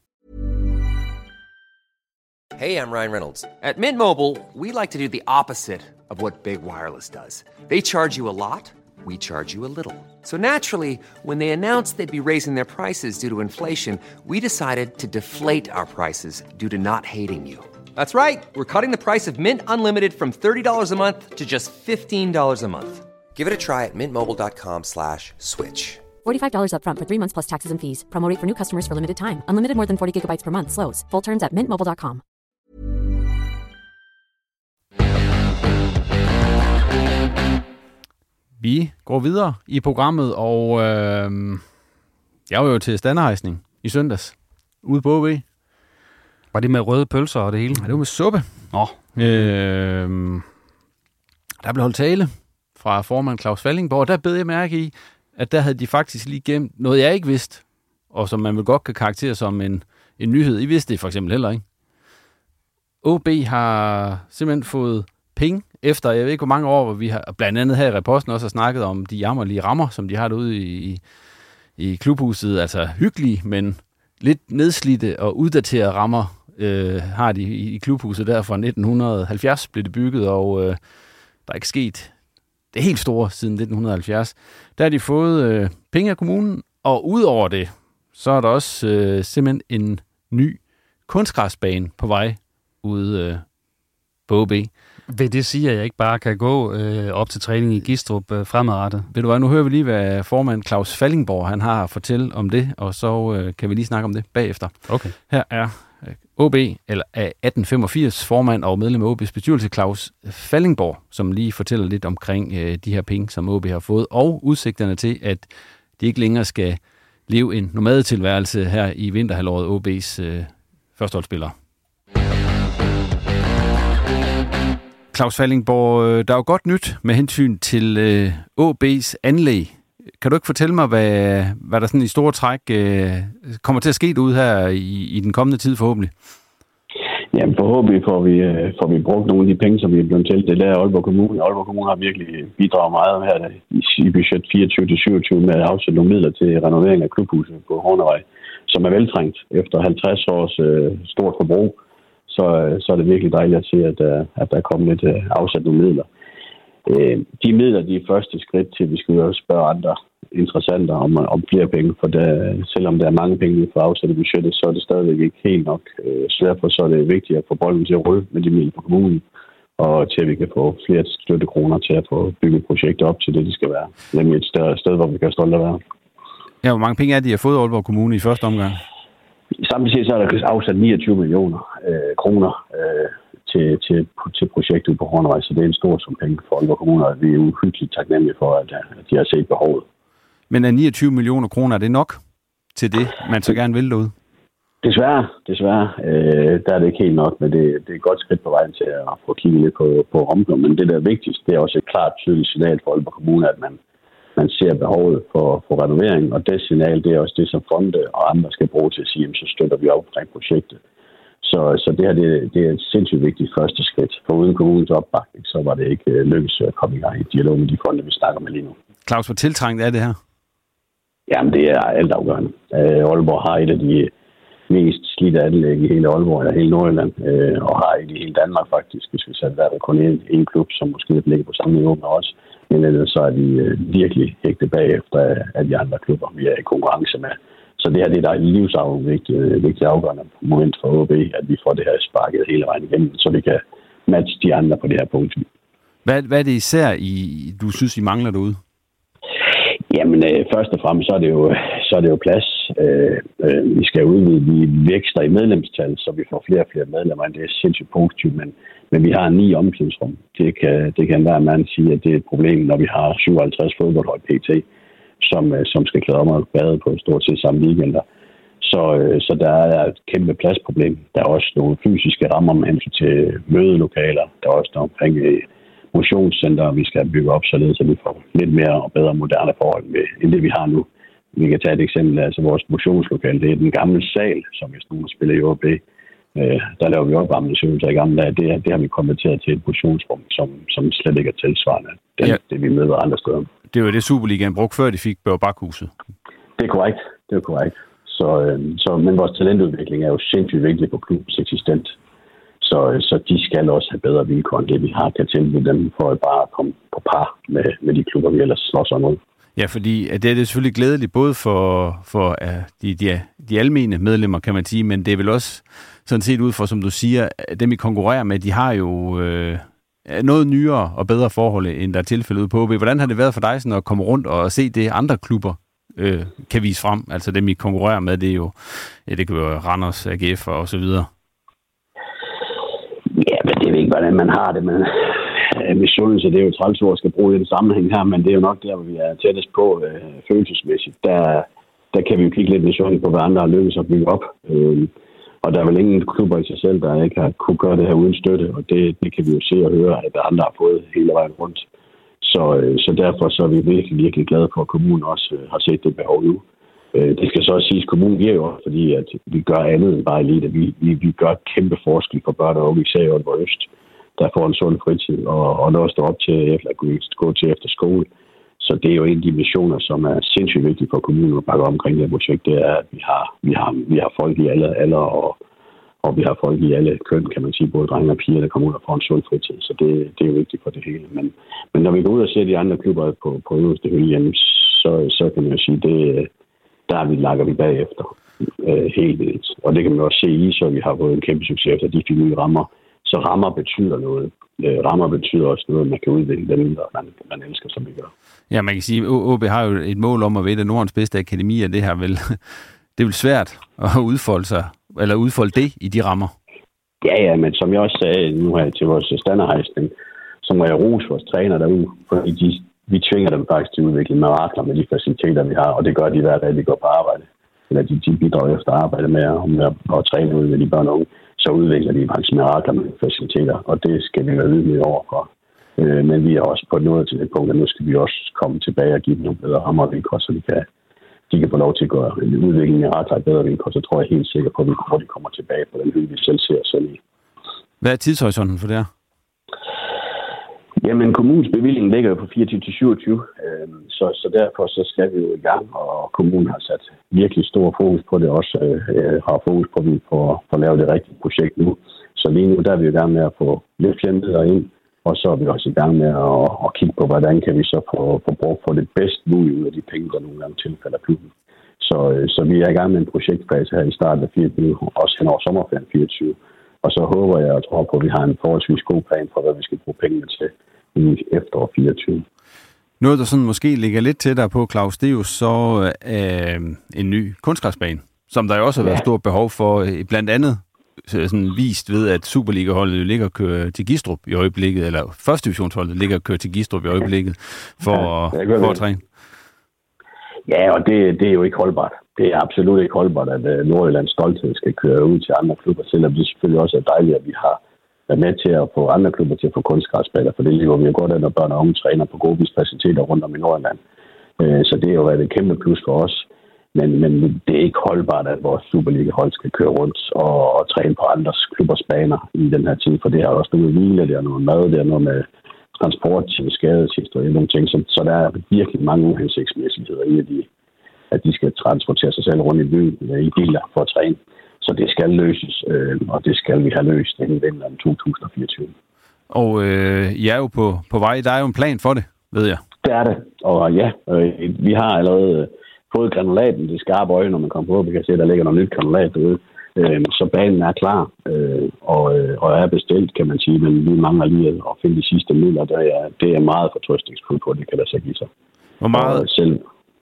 Speaker 1: Hey, I'm Ryan Reynolds. At Mint Mobile, we like to do the opposite of what Big Wireless does. They charge you a lot, we charge you a little. So naturally, when they announced they'd be raising their prices due to inflation, we decided to deflate our prices due to not hating you. That's right. We're cutting the price of Mint Unlimited from $30 a month to just $15 a month. Give it a try at mintmobile.com/switch.
Speaker 2: $45 up front for 3 months plus taxes and fees. Promo rate for new customers for limited time. Unlimited more than 40 gigabytes per month. Slows full terms at mintmobile.com.
Speaker 4: Vi går videre i programmet, og jeg var jo til standardhejsning i søndags ude på OB.
Speaker 5: Var det med røde pølser og det hele?
Speaker 4: Ja, det var med suppe. Der blev holdt tale fra formand Claus Fallingborg, og der bed jeg mærke i, at der havde de faktisk lige gemt noget, jeg ikke vidste, og som man vel godt kan karakterisere som en nyhed. I vidste det for eksempel heller ikke. OB har simpelthen fået penge efter, jeg ved ikke hvor mange år, hvor vi har, blandt andet her i Reposten også har snakket om de jammerlige rammer, som de har derude i klubhuset. Altså hyggelige, men lidt nedslidte og uddaterede rammer har de i klubhuset der fra 1970 blev det bygget, og der er ikke sket det helt store siden 1970. Der har de fået penge af kommunen, og udover det, så er der også simpelthen en ny kunstgræsbane på vej ude på OB.
Speaker 5: Vil det sige, at jeg ikke bare kan gå op til træning i Gistrup fremadrettet?
Speaker 4: Ved du hvad, nu hører vi lige, hvad formand Claus Fallingborg han har at fortælle om det, og så kan vi lige snakke om det bagefter.
Speaker 5: Okay.
Speaker 4: Her er OB, eller 1885 formand og medlem af OB's bestyrelse, Claus Fallingborg, som lige fortæller lidt omkring de her penge, som OB har fået, og udsigterne til, at de ikke længere skal leve en nomadetilværelse her i vinterhalvåret OB's førsteholdsspillere. Claus Fallingborg, der er jo godt nyt med hensyn til OB's anlæg. Kan du ikke fortælle mig, hvad der sådan i store træk kommer til at ske ud her i den kommende tid forhåbentlig?
Speaker 9: Jamen forhåbentlig får vi brugt nogle af de penge, som vi er blevet til. Det der Aalborg Kommune. Aalborg Kommune har virkelig bidraget meget her i budget 24-27 med at afsætte nogle midler til renovering af klubhuset på Hornevej, som er veltrængt efter 50 års stort forbrug. Så er det virkelig dejligt at se, at der er kommet lidt afsat nogle midler. De midler, de er første skridt til, at vi skal jo spørge andre interessenter om flere penge, for selvom der er mange penge, vi får afsat i budgettet, så er det stadigvæk ikke helt nok. Så derfor så er det vigtigt at få bolden til at rulle med de midler på kommunen, og til at vi kan få flere støttekroner til at få bygget projekter op til det, de skal være. Nemlig et større sted, hvor vi kan stolte at være.
Speaker 4: Ja, hvor mange penge er de har fået Aalborg Kommune i første omgang?
Speaker 9: Samtidig set så er der afsat 29 millioner kroner til projektet på Hornevej, så det er en stor sum penge for Aalborg Kommune, og vi er uhyggeligt taknemmelige for, at de har set behovet.
Speaker 4: Men er 29 millioner kroner, er det nok til det, man så gerne vil derude?
Speaker 9: Desværre. Der er det ikke helt nok, men det er et godt skridt på vejen til at få kigget lidt på området. Men det, der er vigtigst, det er også et klart, tydeligt signal for Aalborg Kommune, at man ser behovet for renovering, og det signal, det er også det, som fonde og andre skal bruge til at sige, så støtter vi op omkring projektet. Så det her, det er et sindssygt vigtigt første skridt. For uden kommunens opbakning, så var det ikke lykkedes at komme i gang i dialog med de fonde, vi snakker med lige nu.
Speaker 4: Claus, hvor tiltrængt er det her?
Speaker 9: Jamen, det er altafgørende. Aalborg har et af de mest slidte anlæg i hele Aalborg, eller hele Nordjylland, og har et i hele Danmark faktisk. Hvis vi sætter der kun en klub, som måske ligger på samme niveau med os. Men ellers så er de virkelig hægtet bagefter af de andre klubber, vi er i konkurrence med. Så det her det er der vigtigt afgørende moment for OB, at vi får det her sparket hele vejen igennem, så vi kan matche de andre på det her punkt.
Speaker 4: Hvad er det især, du synes, I mangler derude?
Speaker 9: Jamen, først og fremmest, så er det jo plads. Vi skal udvide, vi vækster i medlemstal, så vi får flere og flere medlemmer. Det er sindssygt positivt, men vi har 9 omklædningsrum. Det kan enhver mand sige, at det er et problem, når vi har 57 fodboldhold PT, som skal klæde om og bade på stort set samme weekender. Så der er et kæmpe pladsproblem. Der er også nogle fysiske rammer med hensyn til mødelokaler. Der er også noget omkring motionscenter, vi skal bygge op, således at vi får lidt mere og bedre moderne forhold end det, vi har nu. Vi kan tage et eksempel, altså vores motionslokale, det er den gamle sal, som hvis nogen spiller i OB. Der laver vi opvarmningsøvelser i gamle dage. Det har vi konverteret til et motionsrum, som slet ikke er tilsvarende. Det vi møder andre steder.
Speaker 4: Det var det Superligaen brugte, før de fik Børge Bakhuset.
Speaker 9: Det er korrekt. Men vores talentudvikling er jo sindssygt vigtig på klubbens eksistens. Så de skal også have bedre vilkår end det, vi har kan tilbyde dem, for at bare komme på par med de klubber, vi ellers slås om.
Speaker 4: Ja, fordi det er selvfølgelig glædeligt, både for de almene medlemmer, kan man sige, men det er vel også sådan set ud for, som du siger, dem vi konkurrerer med, de har jo noget nyere og bedre forhold, end der er tilfældet ude på OB. Hvordan har det været for dig sådan at komme rundt og se det, andre klubber kan vise frem? Altså dem, vi konkurrerer med, det er jo, det kan være Randers, AGF og så videre.
Speaker 9: Ja, men det er ikke, hvordan man har det, men misundelse, det er jo træls ord, skal bruge i den sammenhæng her, men det er jo nok der, hvor vi er tættest på følelsesmæssigt. Der kan vi jo kigge lidt misundelse på, hvad andre har lykkes at bygge op. Og der er vel ingen klubber i sig selv, der ikke har kunne gøre det her uden støtte, og det kan vi jo se og høre, at andre har fået hele vejen rundt. Så derfor så er vi virkelig, virkelig glade for, at kommunen også har set det behov nu. Det skal så også siges, at kommunen giver jo også, fordi at vi gør andet end bare elite. Vi gør et kæmpe forskel for børn og unge, især i Aalborg Øst, der får en sund fritid og noget at stå op til at gå til efter skole. Så det er jo en af de missioner, som er sindssygt vigtige for kommunen at bakke omkring det her projekt. Det er, at vi har folk i alle aldre, og vi har folk i alle køn, kan man sige, både drenge og piger, der kommer ud og får en sund fritid. Så det er jo vigtigt for det hele. Men når vi går ud og ser de andre klubber på øverste hylde, så kan man jo sige, der lakker vi bagefter helt vildt. Og det kan man også se i, så vi har fået en kæmpe succes efter de fine nye rammer. Så rammer betyder noget. Rammer betyder også noget, man kan udvikle dem, man elsker, som vi gør. Ja, man kan sige, at OB har jo et mål om at være Nordens bedste akademi, og det her det er vel svært at udfolde det i de rammer. Ja, men som jeg også sagde nu her til vores standardhejsning, så må jeg rose vores træner derude, fordi vi tvinger dem faktisk til at udvikle mirakler med de faciliteter, vi har, og det gør de hver dag, de går på arbejde. Eller de bidrager efter arbejde med at træne ud med de børn og unge, så udvikler de faktisk mirakler med faciliteter, og det skal vi være ydmyge overfor. Men vi er også på noget til det punkt, at nu skal vi også komme tilbage og give dem nogle bedre rammer og vilkår, så de kan få lov til at gøre en udvikling i ret bedre vilkår, så tror jeg helt sikkert på, at de kommer tilbage på den hylde, vi selv ser selv i. Hvad er tidshorisonten for det her? Jamen, kommunens bevilling ligger jo på 24-27, så derfor så skal vi jo i gang, og kommunen har sat virkelig stor fokus på det, også har fokus på, at vi får lavet det rigtige projekt nu. Så lige nu der er vi i gang med at få lidt flere midler ind, og så er vi også i gang med at kigge på, hvordan kan vi så få brug for det bedst muligt ud af de penge, der nogle gange tilfælder klubben. Så vi er i gang med en projektfase her i starten af 24, også hen over sommerferien 24. Og så håber jeg og tror på, at vi har en forholdsvis god plan for, hvad vi skal bruge pengene til i efterår 24. Noget, der sådan måske ligger lidt tættere på, Claus, det er jo så en ny kunstgræsbane, som der jo også har været stort behov for, blandt andet sådan vist ved, at Superliga-holdet jo ligger og kører til Gistrup i øjeblikket, eller første divisionsholdet ligger og kører til Gistrup i øjeblikket for at træne. Ja, og det er jo ikke holdbart. Det er absolut ikke holdbart, at Nordjyllands stolthed skal køre ud til andre klubber, selvom det selvfølgelig også er dejligt, at vi har været med til at få andre klubber til at få kunstgræsbaner, for det lever vi jo godt af, når børn og unge træner på gode faciliteter rundt om i Nordjylland. Så det er jo været et kæmpe plus for os. Men det er ikke holdbart, at vores Superliga-hold skal køre rundt og træne på andres klubbers baner i den her tid, for det har også noget hvile, det er noget mad, det er noget med transport til skadeshistorie, nogle ting. Så der er virkelig mange uhensigtsmæssigheder i, at de skal transportere sig selv rundt i byen i biler for at træne. Så det skal løses, og det skal vi have løst inden vinteren 2024. Og I er jo på vej. Der er jo en plan for det, ved jeg. Det er det. Og ja, vi har allerede fået granulaten til skarpe øje, når man kommer på. Vi kan se, at der ligger noget nyt granulat derude. Så banen er klar og er bestilt, kan man sige. Men vi mangler lige at finde de sidste midler. Det er meget fortrøstningsfuldt på, det kan der så give sig. Hvor meget?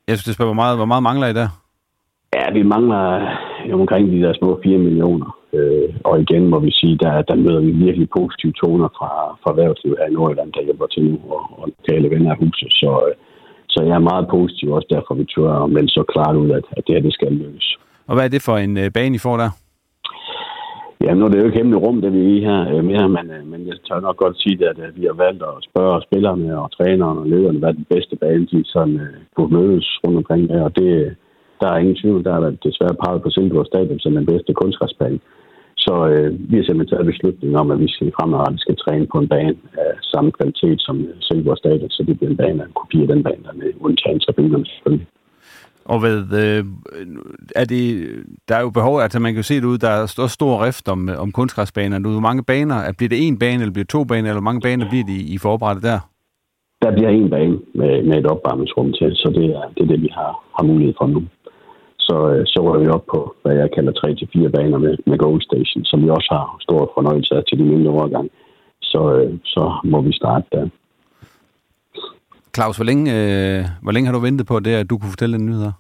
Speaker 4: Jeg synes, det spørger, hvor meget mangler I der?
Speaker 9: Ja, vi mangler omkring de der små 4 millioner. Og igen må vi sige, der møder vi virkelig positive toner fra erhvervslivet her i Nordjylland, der hjælper til nu, og lokale venner af huset. Så jeg er meget positiv også derfor, vi tør at melde så klart ud, at det her det skal lykkes.
Speaker 4: Og hvad er det for en bane, I får der?
Speaker 9: Ja, nu er det jo ikke hemmeligt rum, det vi er i her mere, men jeg tør nok godt sige, at vi har valgt at spørge spillerne og trænerne og lederne, hvad den bedste bane, de sådan kunne mødes rundt omkring der, og det der er ingen tvivl, der er desværre peget på Silkeborg Stadion som den bedste kunstgræsbane. Så vi har simpelthen taget beslutningen om, at vi fremadrettet skal træne på en bane af samme kvalitet som Silkeborg Stadion, så det bliver en bane af en kopi af den bane, der med undtagen tribunerne selvfølgelig.
Speaker 4: Og der er jo behov, altså man kan jo se det ud, der er stor rift om kunstgræsbaner. Hvor mange baner, bliver det en bane, eller bliver det 2 baner, eller hvor mange baner bliver det i forberedt der?
Speaker 9: Der bliver en bane med et opvarmningsrum til, så det er det, vi har mulighed for nu. Så rører vi op på, hvad jeg kalder 3-4 baner med Goal Station, som vi også har stor fornøjelse af til de mindre overgang. Så må vi starte der.
Speaker 4: Claus, hvor længe har du ventet på det, at du kunne fortælle den nyheder?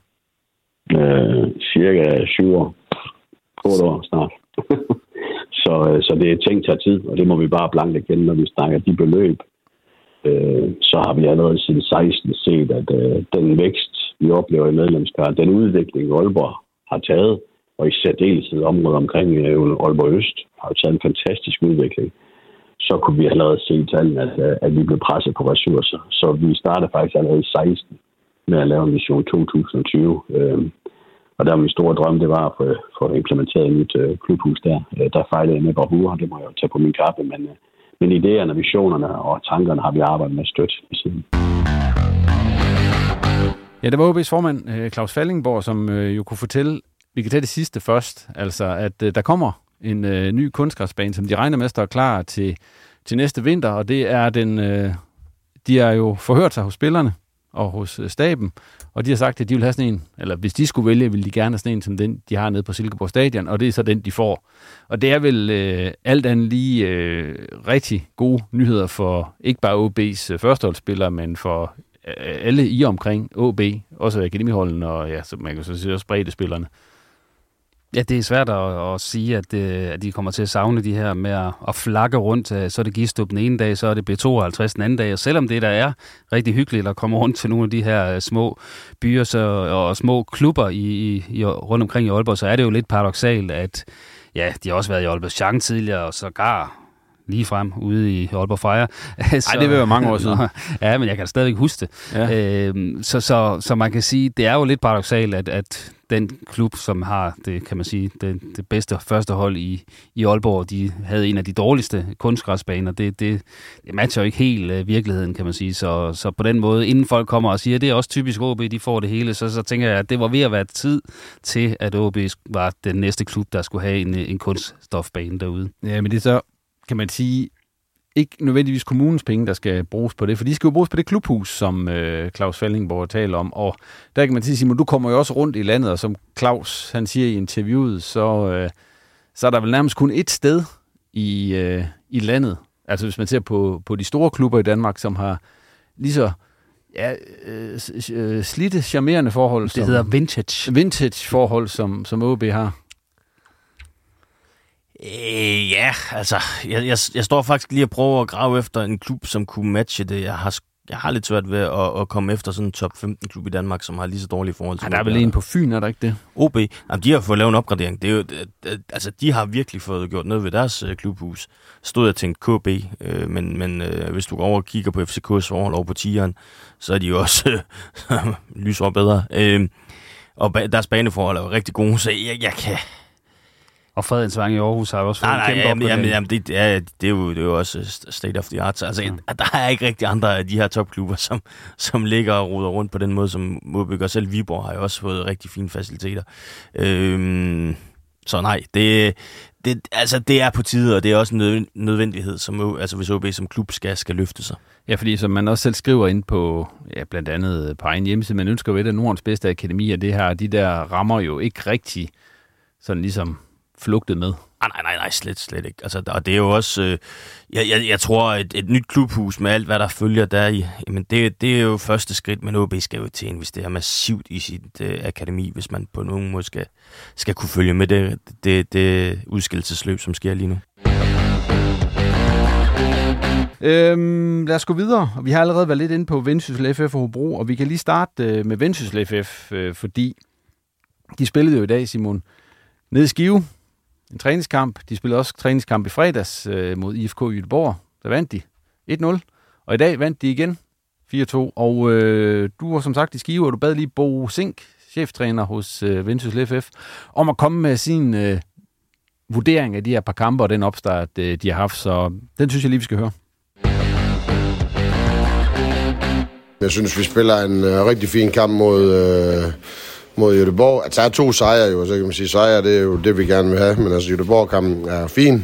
Speaker 9: Cirka 7 år. 8 år snart. så det er ting tager tid, og det må vi bare blankt erkende, når vi snakker de beløb. Så har vi allerede siden 16 set, at den vækst, vi oplever i medlemskab, den udvikling, Aalborg har taget, og i særdeleshed området omkring Aalborg Øst, har taget en fantastisk udvikling. Så kunne vi allerede se i tallene, at vi blev presset på ressourcer. Så vi startede faktisk allerede i 16 med at lave en vision 2020. Og der var min store drøm, det var at få implementeret et nyt klubhus der. Der fejlede jeg med Bahur, det må jeg jo tage på min kappe, men idéerne, visionerne og tankerne har vi arbejdet med støtte i siden.
Speaker 4: Ja, det var OB's formand, Claus Fallingborg, som jo kunne fortælle, vi kan tage det sidste først, altså at der kommer en ny kunstgræsbane, som de regner med at stå klar til næste vinter, og det er de har jo forhørt sig hos spillerne og hos staben, og de har sagt, at de vil have sådan en, eller hvis de skulle vælge, ville de gerne have sådan en som den, de har nede på Silkeborg Stadion, og det er så den, de får. Og det er vel alt andet lige rigtig gode nyheder for ikke bare OB's førsteholdsspillere, men for alle i omkring OB, også akademiholden og ja, så man kan så sige også breddespillerne.
Speaker 5: Ja, det er svært at sige, at de kommer til at savne de her med at flakke rundt. Så er det Gistrup den ene dag, så er det B52 den anden dag. Og selvom det der er rigtig hyggeligt at komme rundt til nogle af de her små byer og små klubber rundt omkring i Aalborg, så er det jo lidt paradoksalt, at ja, de har også været i Aalborg Chang tidligere, og sågar lige frem ude i Aalborg Fire.
Speaker 4: Nej, det vil være mange år siden.
Speaker 5: Ja, men jeg kan stadigvæk huske det. Ja. Så man kan sige, det er jo lidt paradoksalt, at den klub, som har det, kan man sige, det bedste første hold i Aalborg, de havde en af de dårligste kunstgræsbaner. Det matcher jo ikke helt virkeligheden, kan man sige. Så på den måde, inden folk kommer og siger, at det er også typisk OB, de får det hele, så tænker jeg, at det var ved at være tid til, at OB var den næste klub, der skulle have en kunststofbane derude.
Speaker 4: Ja, men det er så, kan man sige, ikke nødvendigvis kommunens penge, der skal bruges på det, for de skal jo bruges på det klubhus, som Claus Fallingborg taler om, og der kan man sige, Simon, du kommer jo også rundt i landet, og som Claus, han siger i interviewet, så er der vel nærmest kun et sted i landet, altså hvis man ser på de store klubber i Danmark, som har lige så slidte, charmerende forhold.
Speaker 5: Det hedder
Speaker 4: vintage forhold, som OB har.
Speaker 6: Ja, altså, jeg står faktisk lige og prøver at grave efter en klub, som kunne matche det. Jeg har lidt svært ved at komme efter sådan en top 15 klub i Danmark, som har lige så dårlige forhold til.
Speaker 4: Der er vel en på Fyn, er der ikke det?
Speaker 6: OB, jamen, de har fået lavet en opgradering. Det er jo, altså, de har virkelig fået gjort noget ved deres klubhus. Stod jeg og tænkte KB, men hvis du går over og kigger på FCK's forhold over på Tigeren, så er de jo også lysår bedre. Og deres baneforhold er jo rigtig gode, så jeg kan...
Speaker 5: Og Fredensvang i Aarhus har jo også fået en kæmpe opgradering.
Speaker 6: Jamen, det er jo også state of the art. Altså, der er ikke rigtig andre af de her topklubber, som ligger og roder rundt på den måde, som OB gør. Selv Viborg har jo også fået rigtig fine faciliteter. Så nej, det er på tide, og det er også en nødvendighed, hvis OB som klub skal løfte sig.
Speaker 4: Ja, fordi som man også selv skriver ind på, blandt andet på egen hjemmeside, man ønsker ved, at Nordens bedste akademi, og det her, de der rammer jo ikke rigtig sådan ligesom flugtet med.
Speaker 6: Nej, slet ikke. Altså, og det er jo også... Jeg tror, et nyt klubhus med alt, hvad der følger der i, jamen det er jo første skridt, men OB skal jo til at investere massivt i sit akademi, hvis man på nogen måde skal kunne følge med det udskillelsesløb, som sker lige nu.
Speaker 4: Lad os gå videre. Vi har allerede været lidt inde på Vendsyssel FF og Hobro, og vi kan lige starte med Vendsyssel FF, fordi de spillede jo i dag, Simon, nede i Skive. En træningskamp. De spillede også træningskamp i fredags mod IFK Göteborg. Der vandt de 1-0. Og i dag vandt de igen 4-2. Og du var som sagt i Skive, og du bad lige Bo Zink, cheftræner hos Vendsyssel FF, om at komme med sin vurdering af de her par kampe og den opstart, de har haft. Så den synes jeg lige, vi skal høre.
Speaker 10: Jeg synes, vi spiller en rigtig fin kamp mod Göteborg. Altså, der er 2 sejre jo, så kan man sige, sejre, det er jo det, vi gerne vil have. Men altså, Göteborg-kampen er fin.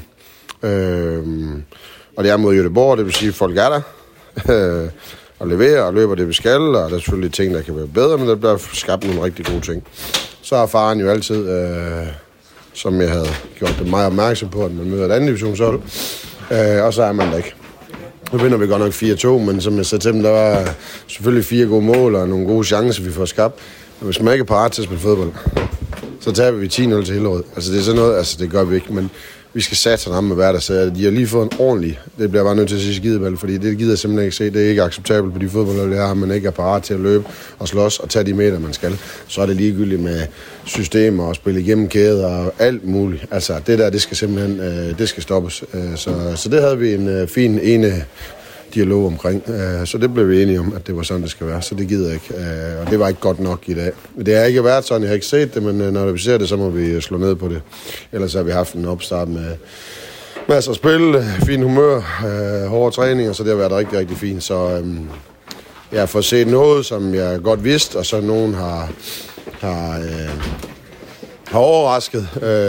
Speaker 10: Og det er mod Göteborg, det vil sige, at folk er der. Og leverer og løber det, vi skal. Og der er selvfølgelig ting, der kan være bedre, men der bliver skabt nogle rigtig gode ting. Så har faren jo altid, som jeg havde gjort det meget opmærksom på, at man møder et andet divisionshold. Og så er man der ikke. Nu vinder vi godt nok 4-2, men som jeg sagde til dem, der var selvfølgelig 4 gode mål og nogle gode chancer, vi får skabt. Og hvis man ikke er parat til at spille fodbold, så taber vi 10-0 til Hillerød. Altså det er sådan noget, altså det gør vi ikke, men vi skal satse ham med hver der siger, de har lige fået en ordentlig, det bliver bare nødt til at sige skideball, fordi det gider jeg simpelthen ikke se, det er ikke acceptabelt på de fodboldhold, der har, man ikke er parat til at løbe og slås og tage de meter, man skal. Så er det ligegyldigt med systemer og spille igennem kæder og alt muligt. Altså det der, det skal simpelthen, det skal stoppes. Så det havde vi en fin dialog omkring. Så det blev vi enige om, at det var sådan, det skal være. Så det gider jeg ikke. Og det var ikke godt nok i dag. Det har ikke været sådan, jeg har ikke set det, men når vi ser det, så må vi slå ned på det. Ellers har vi haft en opstart med masser af spil, fin humør, hårde træninger, så det har været rigtig, rigtig fint. Så jeg har fået set noget, som jeg godt vidste, og så nogen har overrasket.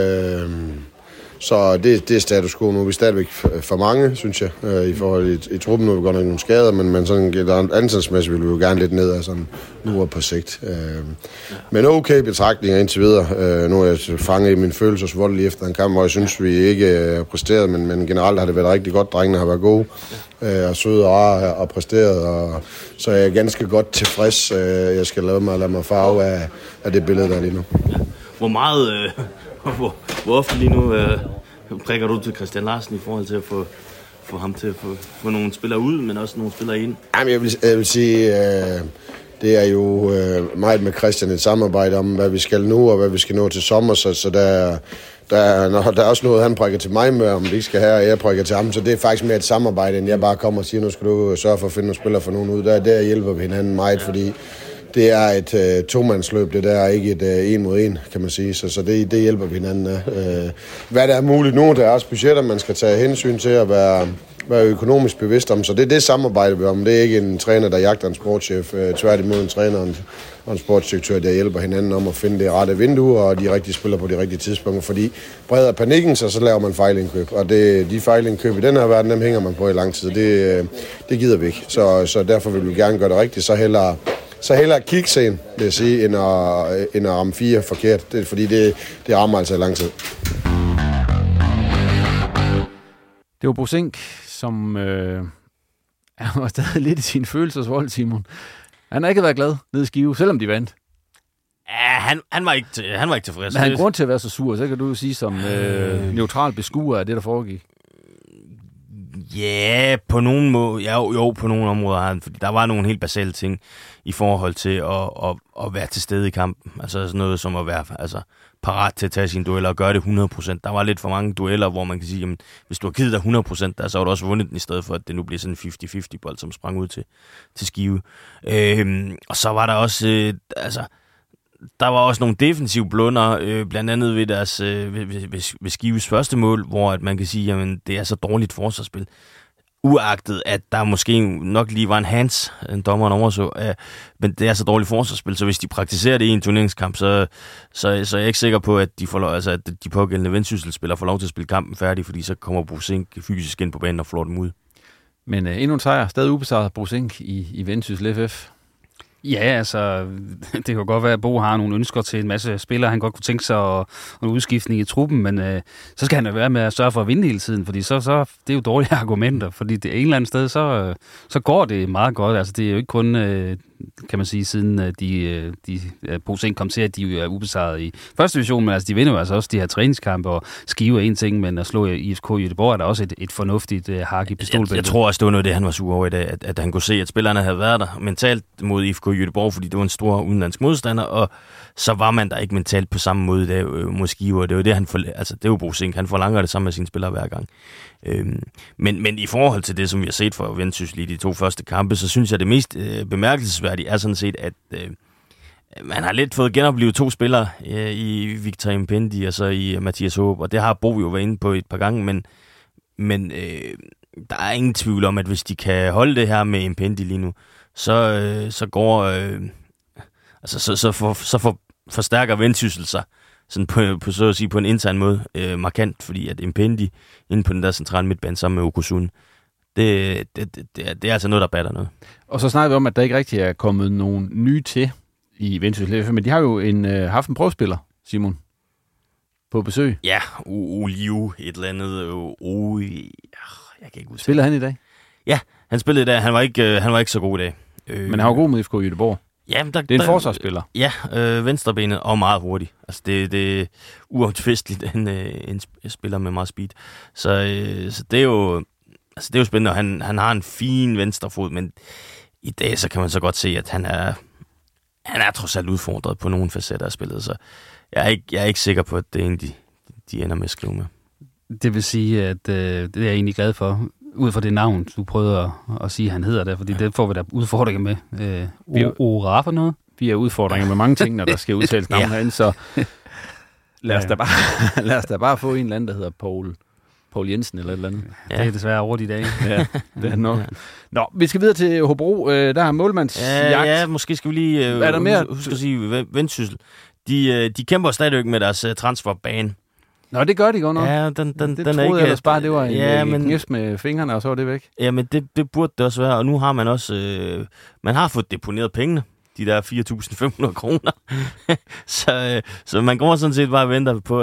Speaker 10: Så det er status quo nu. Vi er stadigvæk for mange, synes jeg, i forhold i truppen. Nu er vi godt nok nogle skader, men sådan antalsmæssigt vil vi jo gerne lidt ned af sådan nu og på sigt. Men okay betragtninger indtil videre. Nu er jeg fanget i min følelsesvold lige efter en kamp, hvor jeg synes, vi ikke præsterede, men generelt har det været rigtig godt. Drengene har været gode og søde og rare og præsteret, og så er jeg ganske godt tilfreds. Jeg skal lade mig farve af det billede, der er lige nu.
Speaker 6: Hvor meget... Hvor ofte lige nu prikker du til Christian Larsen i forhold til at få ham til at få nogle spillere ud, men også nogle spillere ind? Jamen,
Speaker 10: jeg vil sige, det er jo meget med Christian et samarbejde om, hvad vi skal nu, og hvad vi skal nå til sommer, så der er også noget, han prikker til mig med, om det ikke skal have, og jeg prikker til ham, så det er faktisk mere et samarbejde, end jeg bare kommer og siger, nu skal du sørge for at finde nogle spillere for nogen ud. Der hjælper vi hinanden meget, fordi det er et tomandsløb, det der er ikke et en mod en, kan man sige, så det hjælper vi hinanden af. Hvad der er muligt nu, der er også budgetter, man skal tage hensyn til at være økonomisk bevidst om, så det er det samarbejde vi om. Det er ikke en træner, der jagter en sportschef, tværtimod en træner og en sportsdirektør, der hjælper hinanden om at finde det rette vindue, og de rigtige spiller på de rigtige tidspunkter, fordi breder panikken, så laver man fejlindkøb, og de fejlindkøb i den her verden, dem hænger man på i lang tid. Det gider vi ikke, så derfor vil vi gerne gøre det rigtigt, så hellere kigge sen, vil jeg sige, end at ramme 4 forkert, fordi det rammer altså i lang tid.
Speaker 4: Det var Bo Zink, som var stadig lidt i sin følelsesvold, Simon. Han har ikke været glad nede i Skive, selvom de vandt.
Speaker 6: Ja, han var ikke tilfreds.
Speaker 4: Men han har grund til at være så sur, så kan du jo sige som neutral beskuer af det, der foregik.
Speaker 6: Ja, på nogen måde. Ja, jo, på nogle områder har han, fordi der var nogle helt basale ting i forhold til at være til stede i kampen. Altså sådan noget som at være parat til at tage sine dueller og gøre det 100%. Der var lidt for mange dueller, hvor man kan sige, jamen, hvis du har givet dig 100%, der, så har du også vundet den, i stedet for, at det nu bliver sådan en 50-50 bold, som sprang ud til Skive. Og så var der også, der var også nogle defensive blunder, blandt andet ved deres ved Skives første mål, hvor at man kan sige, jamen det er så dårligt forsvarsspil. Uagtet, at der måske nok lige var en hands, en dommeren overså, men det er så dårligt forsvarsspil, så hvis de praktiserer det i en turneringskamp, så er jeg ikke sikker på, at at de pågældende Vendsyssel-spillere får lov til at spille kampen færdig, fordi så kommer Bo Zink fysisk ind på banen og flår dem ud.
Speaker 4: Men endnu en sejr, stadig ubesejret Bo Zink i Vendsyssel FF.
Speaker 5: Ja, altså, det kan jo godt være, at Bo har nogle ønsker til en masse spillere, han godt kunne tænke sig en udskiftning i truppen, men så skal han jo være med at sørge for at vinde hele tiden, fordi så det er jo dårlige argumenter, fordi det er en eller anden sted, så går det meget godt. Altså, det er jo ikke kun, kan man sige, siden Bo Seng kom til, at de er ubesejret i første division, men altså, de vinder jo altså også de her træningskampe, og Skive er en ting, men at slå IFK Göteborg er der også et fornuftigt hak i pistolbæltet.
Speaker 6: Jeg tror også, det var noget af det, han var sur over i dag, at han kunne se, at spillerne havde været der mentalt mod IFK Göteborg, fordi det var en stor udenlandsk modstander, og så var man der ikke mentalt på samme måde i dag mod Skive, og det var det, det er jo Bo Seng, han forlanger det samme med sine spillere hver gang. Men i forhold til det, som vi har set fra Vendsyssel i de 2 første kampe, så synes jeg, det mest bemærkelsesværdige er sådan set, at man har lidt fået genoplevet 2 spillere i Victor Mpendi og så i Mathias Håb, og det har Bo jo været inde på et par gange, men der er ingen tvivl om, at hvis de kan holde det her med Mpendi lige nu, så går så forstærker Vendsyssel sig sådan på så at sige på en intern måde markant, fordi at Mpendi inde på den der centrale midtbane sammen med Okusun, det er altså noget, der batter noget.
Speaker 4: Og så snakker vi om, at der ikke rigtig er kommet nogen nye til i Vendsyssel, men de har jo haft en prøvespiller, Simon, på besøg.
Speaker 6: Ja, Oliu, et eller andet. Jeg kan ikke huske.
Speaker 4: Spiller han i dag?
Speaker 6: Ja, han spillede i dag. Han var ikke så god i dag.
Speaker 4: Men han var god med IFK Göteborg.
Speaker 6: Jamen,
Speaker 4: det er en forsvarsspiller.
Speaker 6: Ja, venstrebenet og meget hurtig. Altså, det er uomtvisteligt, en spiller med meget speed. Så det er jo spændende, og han har en fin venstrefod, men i dag så kan man så godt se, at han er trods alt udfordret på nogle facetter af spillet, så jeg er ikke sikker på, at det er en, de ender med at skrive med. Det
Speaker 5: vil sige, at det er jeg egentlig glad for, ud fra det navn, du prøvede at sige, at han hedder der, fordi det får vi da udfordringer med. Ora for noget?
Speaker 4: Vi har udfordringer med mange ting, når der skal udtales navn herinde, så lad os da bare få en eller anden, der hedder Poul Jensen eller et eller andet.
Speaker 5: Ja. Det er desværre over de dage.
Speaker 4: Ja, det er nok. Nå, vi skal videre til Hobro. Der er målmandsjagt.
Speaker 6: Ja, måske skal vi lige
Speaker 4: er der mere?
Speaker 6: Husk at sige, Vendsyssel. De kæmper stadigvæk med deres transferbane.
Speaker 4: Nå, det gør de godt nok.
Speaker 6: Ja, den
Speaker 4: troede
Speaker 6: er ikke,
Speaker 4: jeg ellers bare, det var en knæs med fingrene, og så var det væk.
Speaker 6: Ja, men det burde det også være, og nu har man også man har fået deponeret pengene, de der 4.500 kroner. så man går sådan set bare og venter på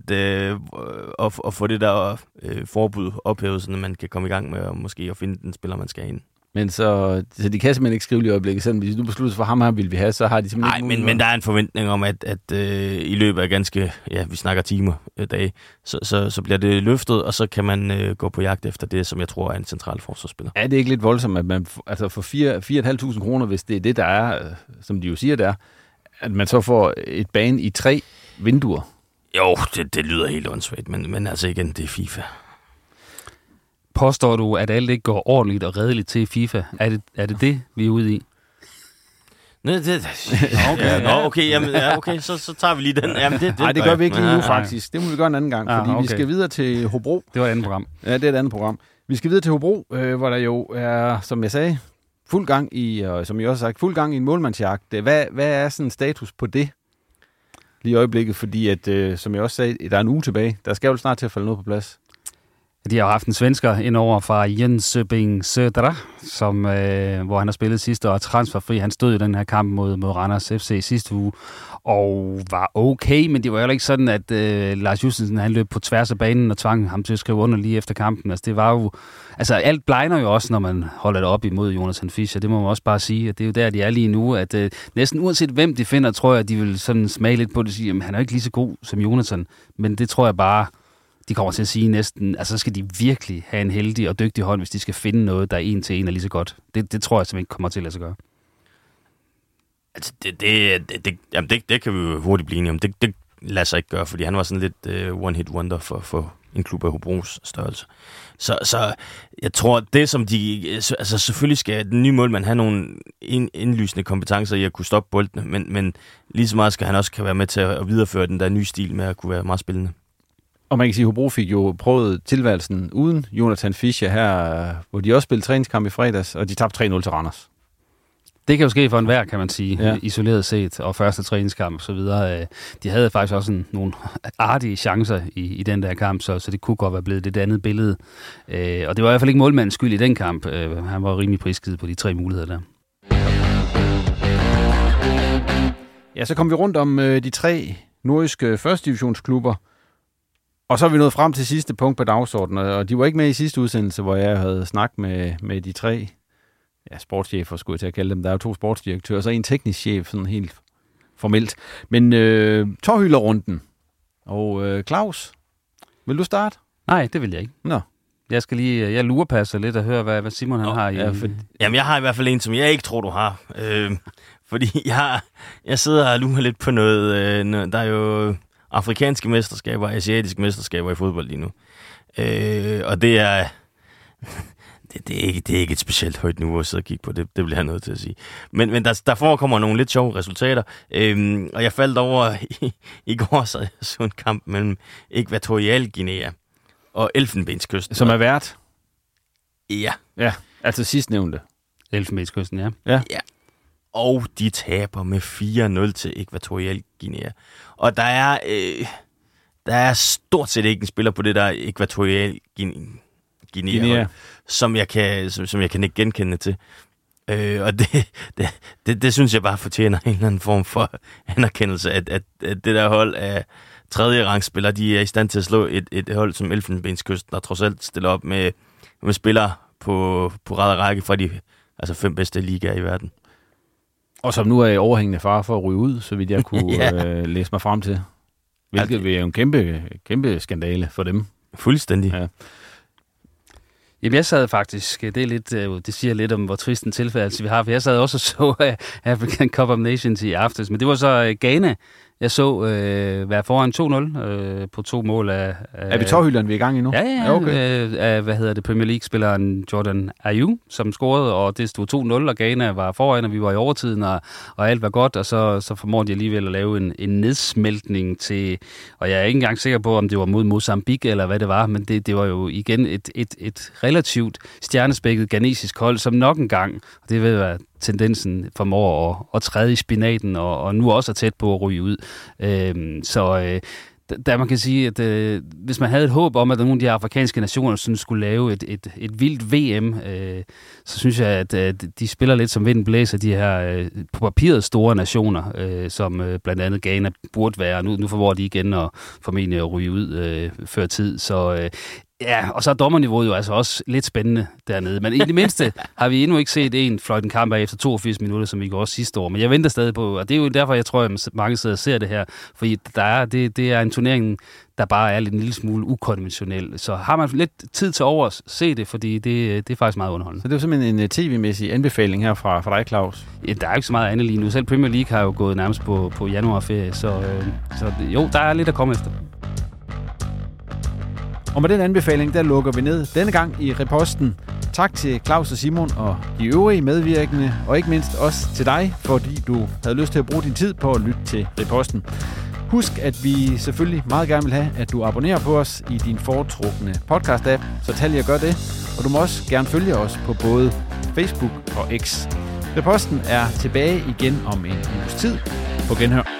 Speaker 6: at få det der forbud ophævet, så man kan komme i gang med måske at finde den spiller, man skal have ind.
Speaker 4: Men så de kan simpelthen ikke skrive lige i øjeblikket. Selvom hvis du beslutter for ham her, vil vi have, så har de simpelthen
Speaker 6: ikke men der er en forventning om, at i løbet af ganske, vi snakker timer, dage, så bliver det løftet, og så kan man gå på jagt efter det, som jeg tror er en central forsvarsspiller.
Speaker 4: Er det ikke lidt voldsomt, at man for 4.500 kroner, hvis det er det, der er, som de jo siger, der, at man så får et bane i 3 vinduer?
Speaker 6: Jo, det lyder helt åndssvagt, men altså igen, det er FIFA.
Speaker 5: Påstår du, at alt ikke går ordentligt og redeligt til FIFA? Er det, vi er ude i?
Speaker 6: Okay, jamen, okay, så tager vi lige den. Jamen,
Speaker 4: Nej, det gør vi ikke lige nu, faktisk. Det må vi gøre en anden gang, fordi vi skal videre til Hobro.
Speaker 5: Det var et andet program.
Speaker 4: Ja, det er et andet program. Vi skal videre til Hobro, hvor der jo er, som jeg sagde, fuld gang i, og som jeg også har sagt, fuld gang i en målmandsjagt. Hvad er sådan status på det lige i øjeblikket? Fordi, at, som jeg også sagde, der er en uge tilbage. Der skal jo snart til at falde noget på plads.
Speaker 5: De har haft en svensker indover fra Jönköping Södra, hvor han har spillet sidste år og transferfri. Han stod i den her kamp mod Randers FC sidste uge og var okay, men det var jo ikke sådan, at Lars Justensen han løb på tværs af banen og tvang ham til at skrive under lige efter kampen. Altså, det var jo, alt blegner jo også, når man holder det op imod Jonathan Fischer. Det må man også bare sige, at det er jo der, de er lige nu. At næsten uanset hvem de finder, tror jeg, at de vil sådan smage lidt på det og sige, at han er jo ikke lige så god som Jonathan. Men det tror jeg bare, de kommer til at sige næsten, så skal de virkelig have en heldig og dygtig hånd, hvis de skal finde noget, der en til en er lige så godt. Det tror jeg simpelthen ikke kommer til at lade sig gøre.
Speaker 6: Altså, det kan vi jo hurtigt blive enige om. Det lader sig ikke gøre, fordi han var sådan lidt one-hit wonder for en klub af Hobros størrelse. Så jeg tror, det som selvfølgelig skal den nye målmand have nogle indlysende kompetencer i at kunne stoppe boldene, men lige så meget skal han også kan være med til at videreføre den der nye stil med at kunne være meget spillende.
Speaker 4: Og man kan sige, at Hobro fik jo prøvet tilværelsen uden Jonathan Fischer her, hvor de også spillede træningskamp i fredags, og de tabte 3-0 til Randers.
Speaker 5: Det kan jo ske for enhver, kan man sige, isoleret set, og første træningskamp og så videre. De havde faktisk også nogle artige chancer i den der kamp, så det kunne godt være blevet et andet billede. Og det var i hvert fald ikke målmandens skyld i den kamp. Han var rimelig prisgivet på de 3 muligheder der.
Speaker 4: Ja, så kom vi rundt om de 3 nordjyske første divisionsklubber, og så er vi nået frem til sidste punkt på dagsordenen, og de var ikke med i sidste udsendelse, hvor jeg havde snakket med de 3 sportschefer, skulle jeg til at kalde dem. Der er jo 2 sportsdirektører, og så en teknisk chef, sådan helt formelt. Men tårhylderrunden. Og Claus, vil du starte?
Speaker 5: Nej, det vil jeg ikke.
Speaker 4: Nå.
Speaker 5: Jeg lurepasser lidt og hører, hvad Simon han har i...
Speaker 6: Jamen, jeg har i hvert fald en, som jeg ikke tror, du har. Fordi jeg sidder og lurer lidt på noget... der er jo afrikanske mesterskaber, asiatiske mesterskaber i fodbold lige nu. Og det er... Det er ikke et specielt højt niveau at sidde og kigge på, det bliver jeg nødt til at sige. Men der forekommer nogle lidt sjove resultater, og jeg faldt over i går, så jeg så en kamp mellem Ækvatorial Guinea og Elfenbenskysten.
Speaker 4: Som er vært?
Speaker 6: Ja.
Speaker 4: Ja, altså sidstnævnte.
Speaker 5: Elfenbenskysten, ja.
Speaker 6: Ja. Og de taber med 4-0 til Ækvatorial Guinea. Og der er stort set ikke en spiller på det der Ækvatorial Guinea. Som jeg kan ikke genkende til. Og det synes jeg bare fortjener en eller anden form for anerkendelse, at det der hold af tredje rangspillere, de er i stand til at slå et hold som Elfenbenskysten, der trods alt stiller op med spillere på ræd og række fra de 5 bedste ligaer i verden. Og
Speaker 4: som nu er i overhængende fare for at ryge ud, så vidt jeg kunne læse mig frem til. Hvilket er jo en kæmpe skandale for dem.
Speaker 6: Fuldstændig.
Speaker 5: Ja. Jamen, jeg sad faktisk, det siger lidt om, hvor trist en tilfælde vi har, for jeg sad også og så African Cup of Nations i aftes, men det var så Ghana, jeg så være foran 2-0 på 2 mål af...
Speaker 4: Er vi tårhylderen, vi er i gang endnu?
Speaker 5: Ja, okay. Af Premier League-spilleren Jordan Ayew, som scorede, og det stod 2-0, og Ghana var foran, og vi var i overtiden, og alt var godt, og så formåede de alligevel at lave en nedsmeltning til... Og jeg er ikke engang sikker på, om det var mod Mozambique, eller hvad det var, men det var jo igen et relativt stjernespækket ghanesisk hold, som nok en gang, og det vil være tendensen formår at træde i spinaten, og nu også er tæt på at ryge ud. Der man kan sige, at hvis man havde et håb om, at nogle af de her afrikanske nationer sådan skulle lave et vildt VM, så synes jeg, at de spiller lidt som vinden blæser, de her på papiret store nationer, som blandt andet Ghana burde være. Nu formår de igen og formentlig at ryge ud før tid. Så ja, og så er dommerniveauet jo altså også lidt spændende dernede. Men i det mindste har vi endnu ikke set en fløjten kamp af efter 82 minutter, som vi gjorde sidste år. Men jeg venter stadig på, og det er jo derfor, jeg tror, at mange sidder og ser det her. Fordi det er en turnering, der bare er en lille smule ukonventionel. Så har man lidt tid til overs, se det, fordi det er faktisk meget underholdende.
Speaker 4: Så det er jo simpelthen en tv-mæssig anbefaling her fra dig, Claus?
Speaker 5: Ja, der er ikke så meget andet lige nu. Selv Premier League har jo gået nærmest på januarferie, så jo, der er lidt at komme efter.
Speaker 4: Og med den anbefaling, der lukker vi ned denne gang i Reposten. Tak til Claus og Simon og de øvrige medvirkende, og ikke mindst også til dig, fordi du havde lyst til at bruge din tid på at lytte til Reposten. Husk, at vi selvfølgelig meget gerne vil have, at du abonnerer på os i din foretrukne podcast-app, så tal jer gør det. Og du må også gerne følge os på både Facebook og X. Reposten er tilbage igen om en uges tid. På genhør.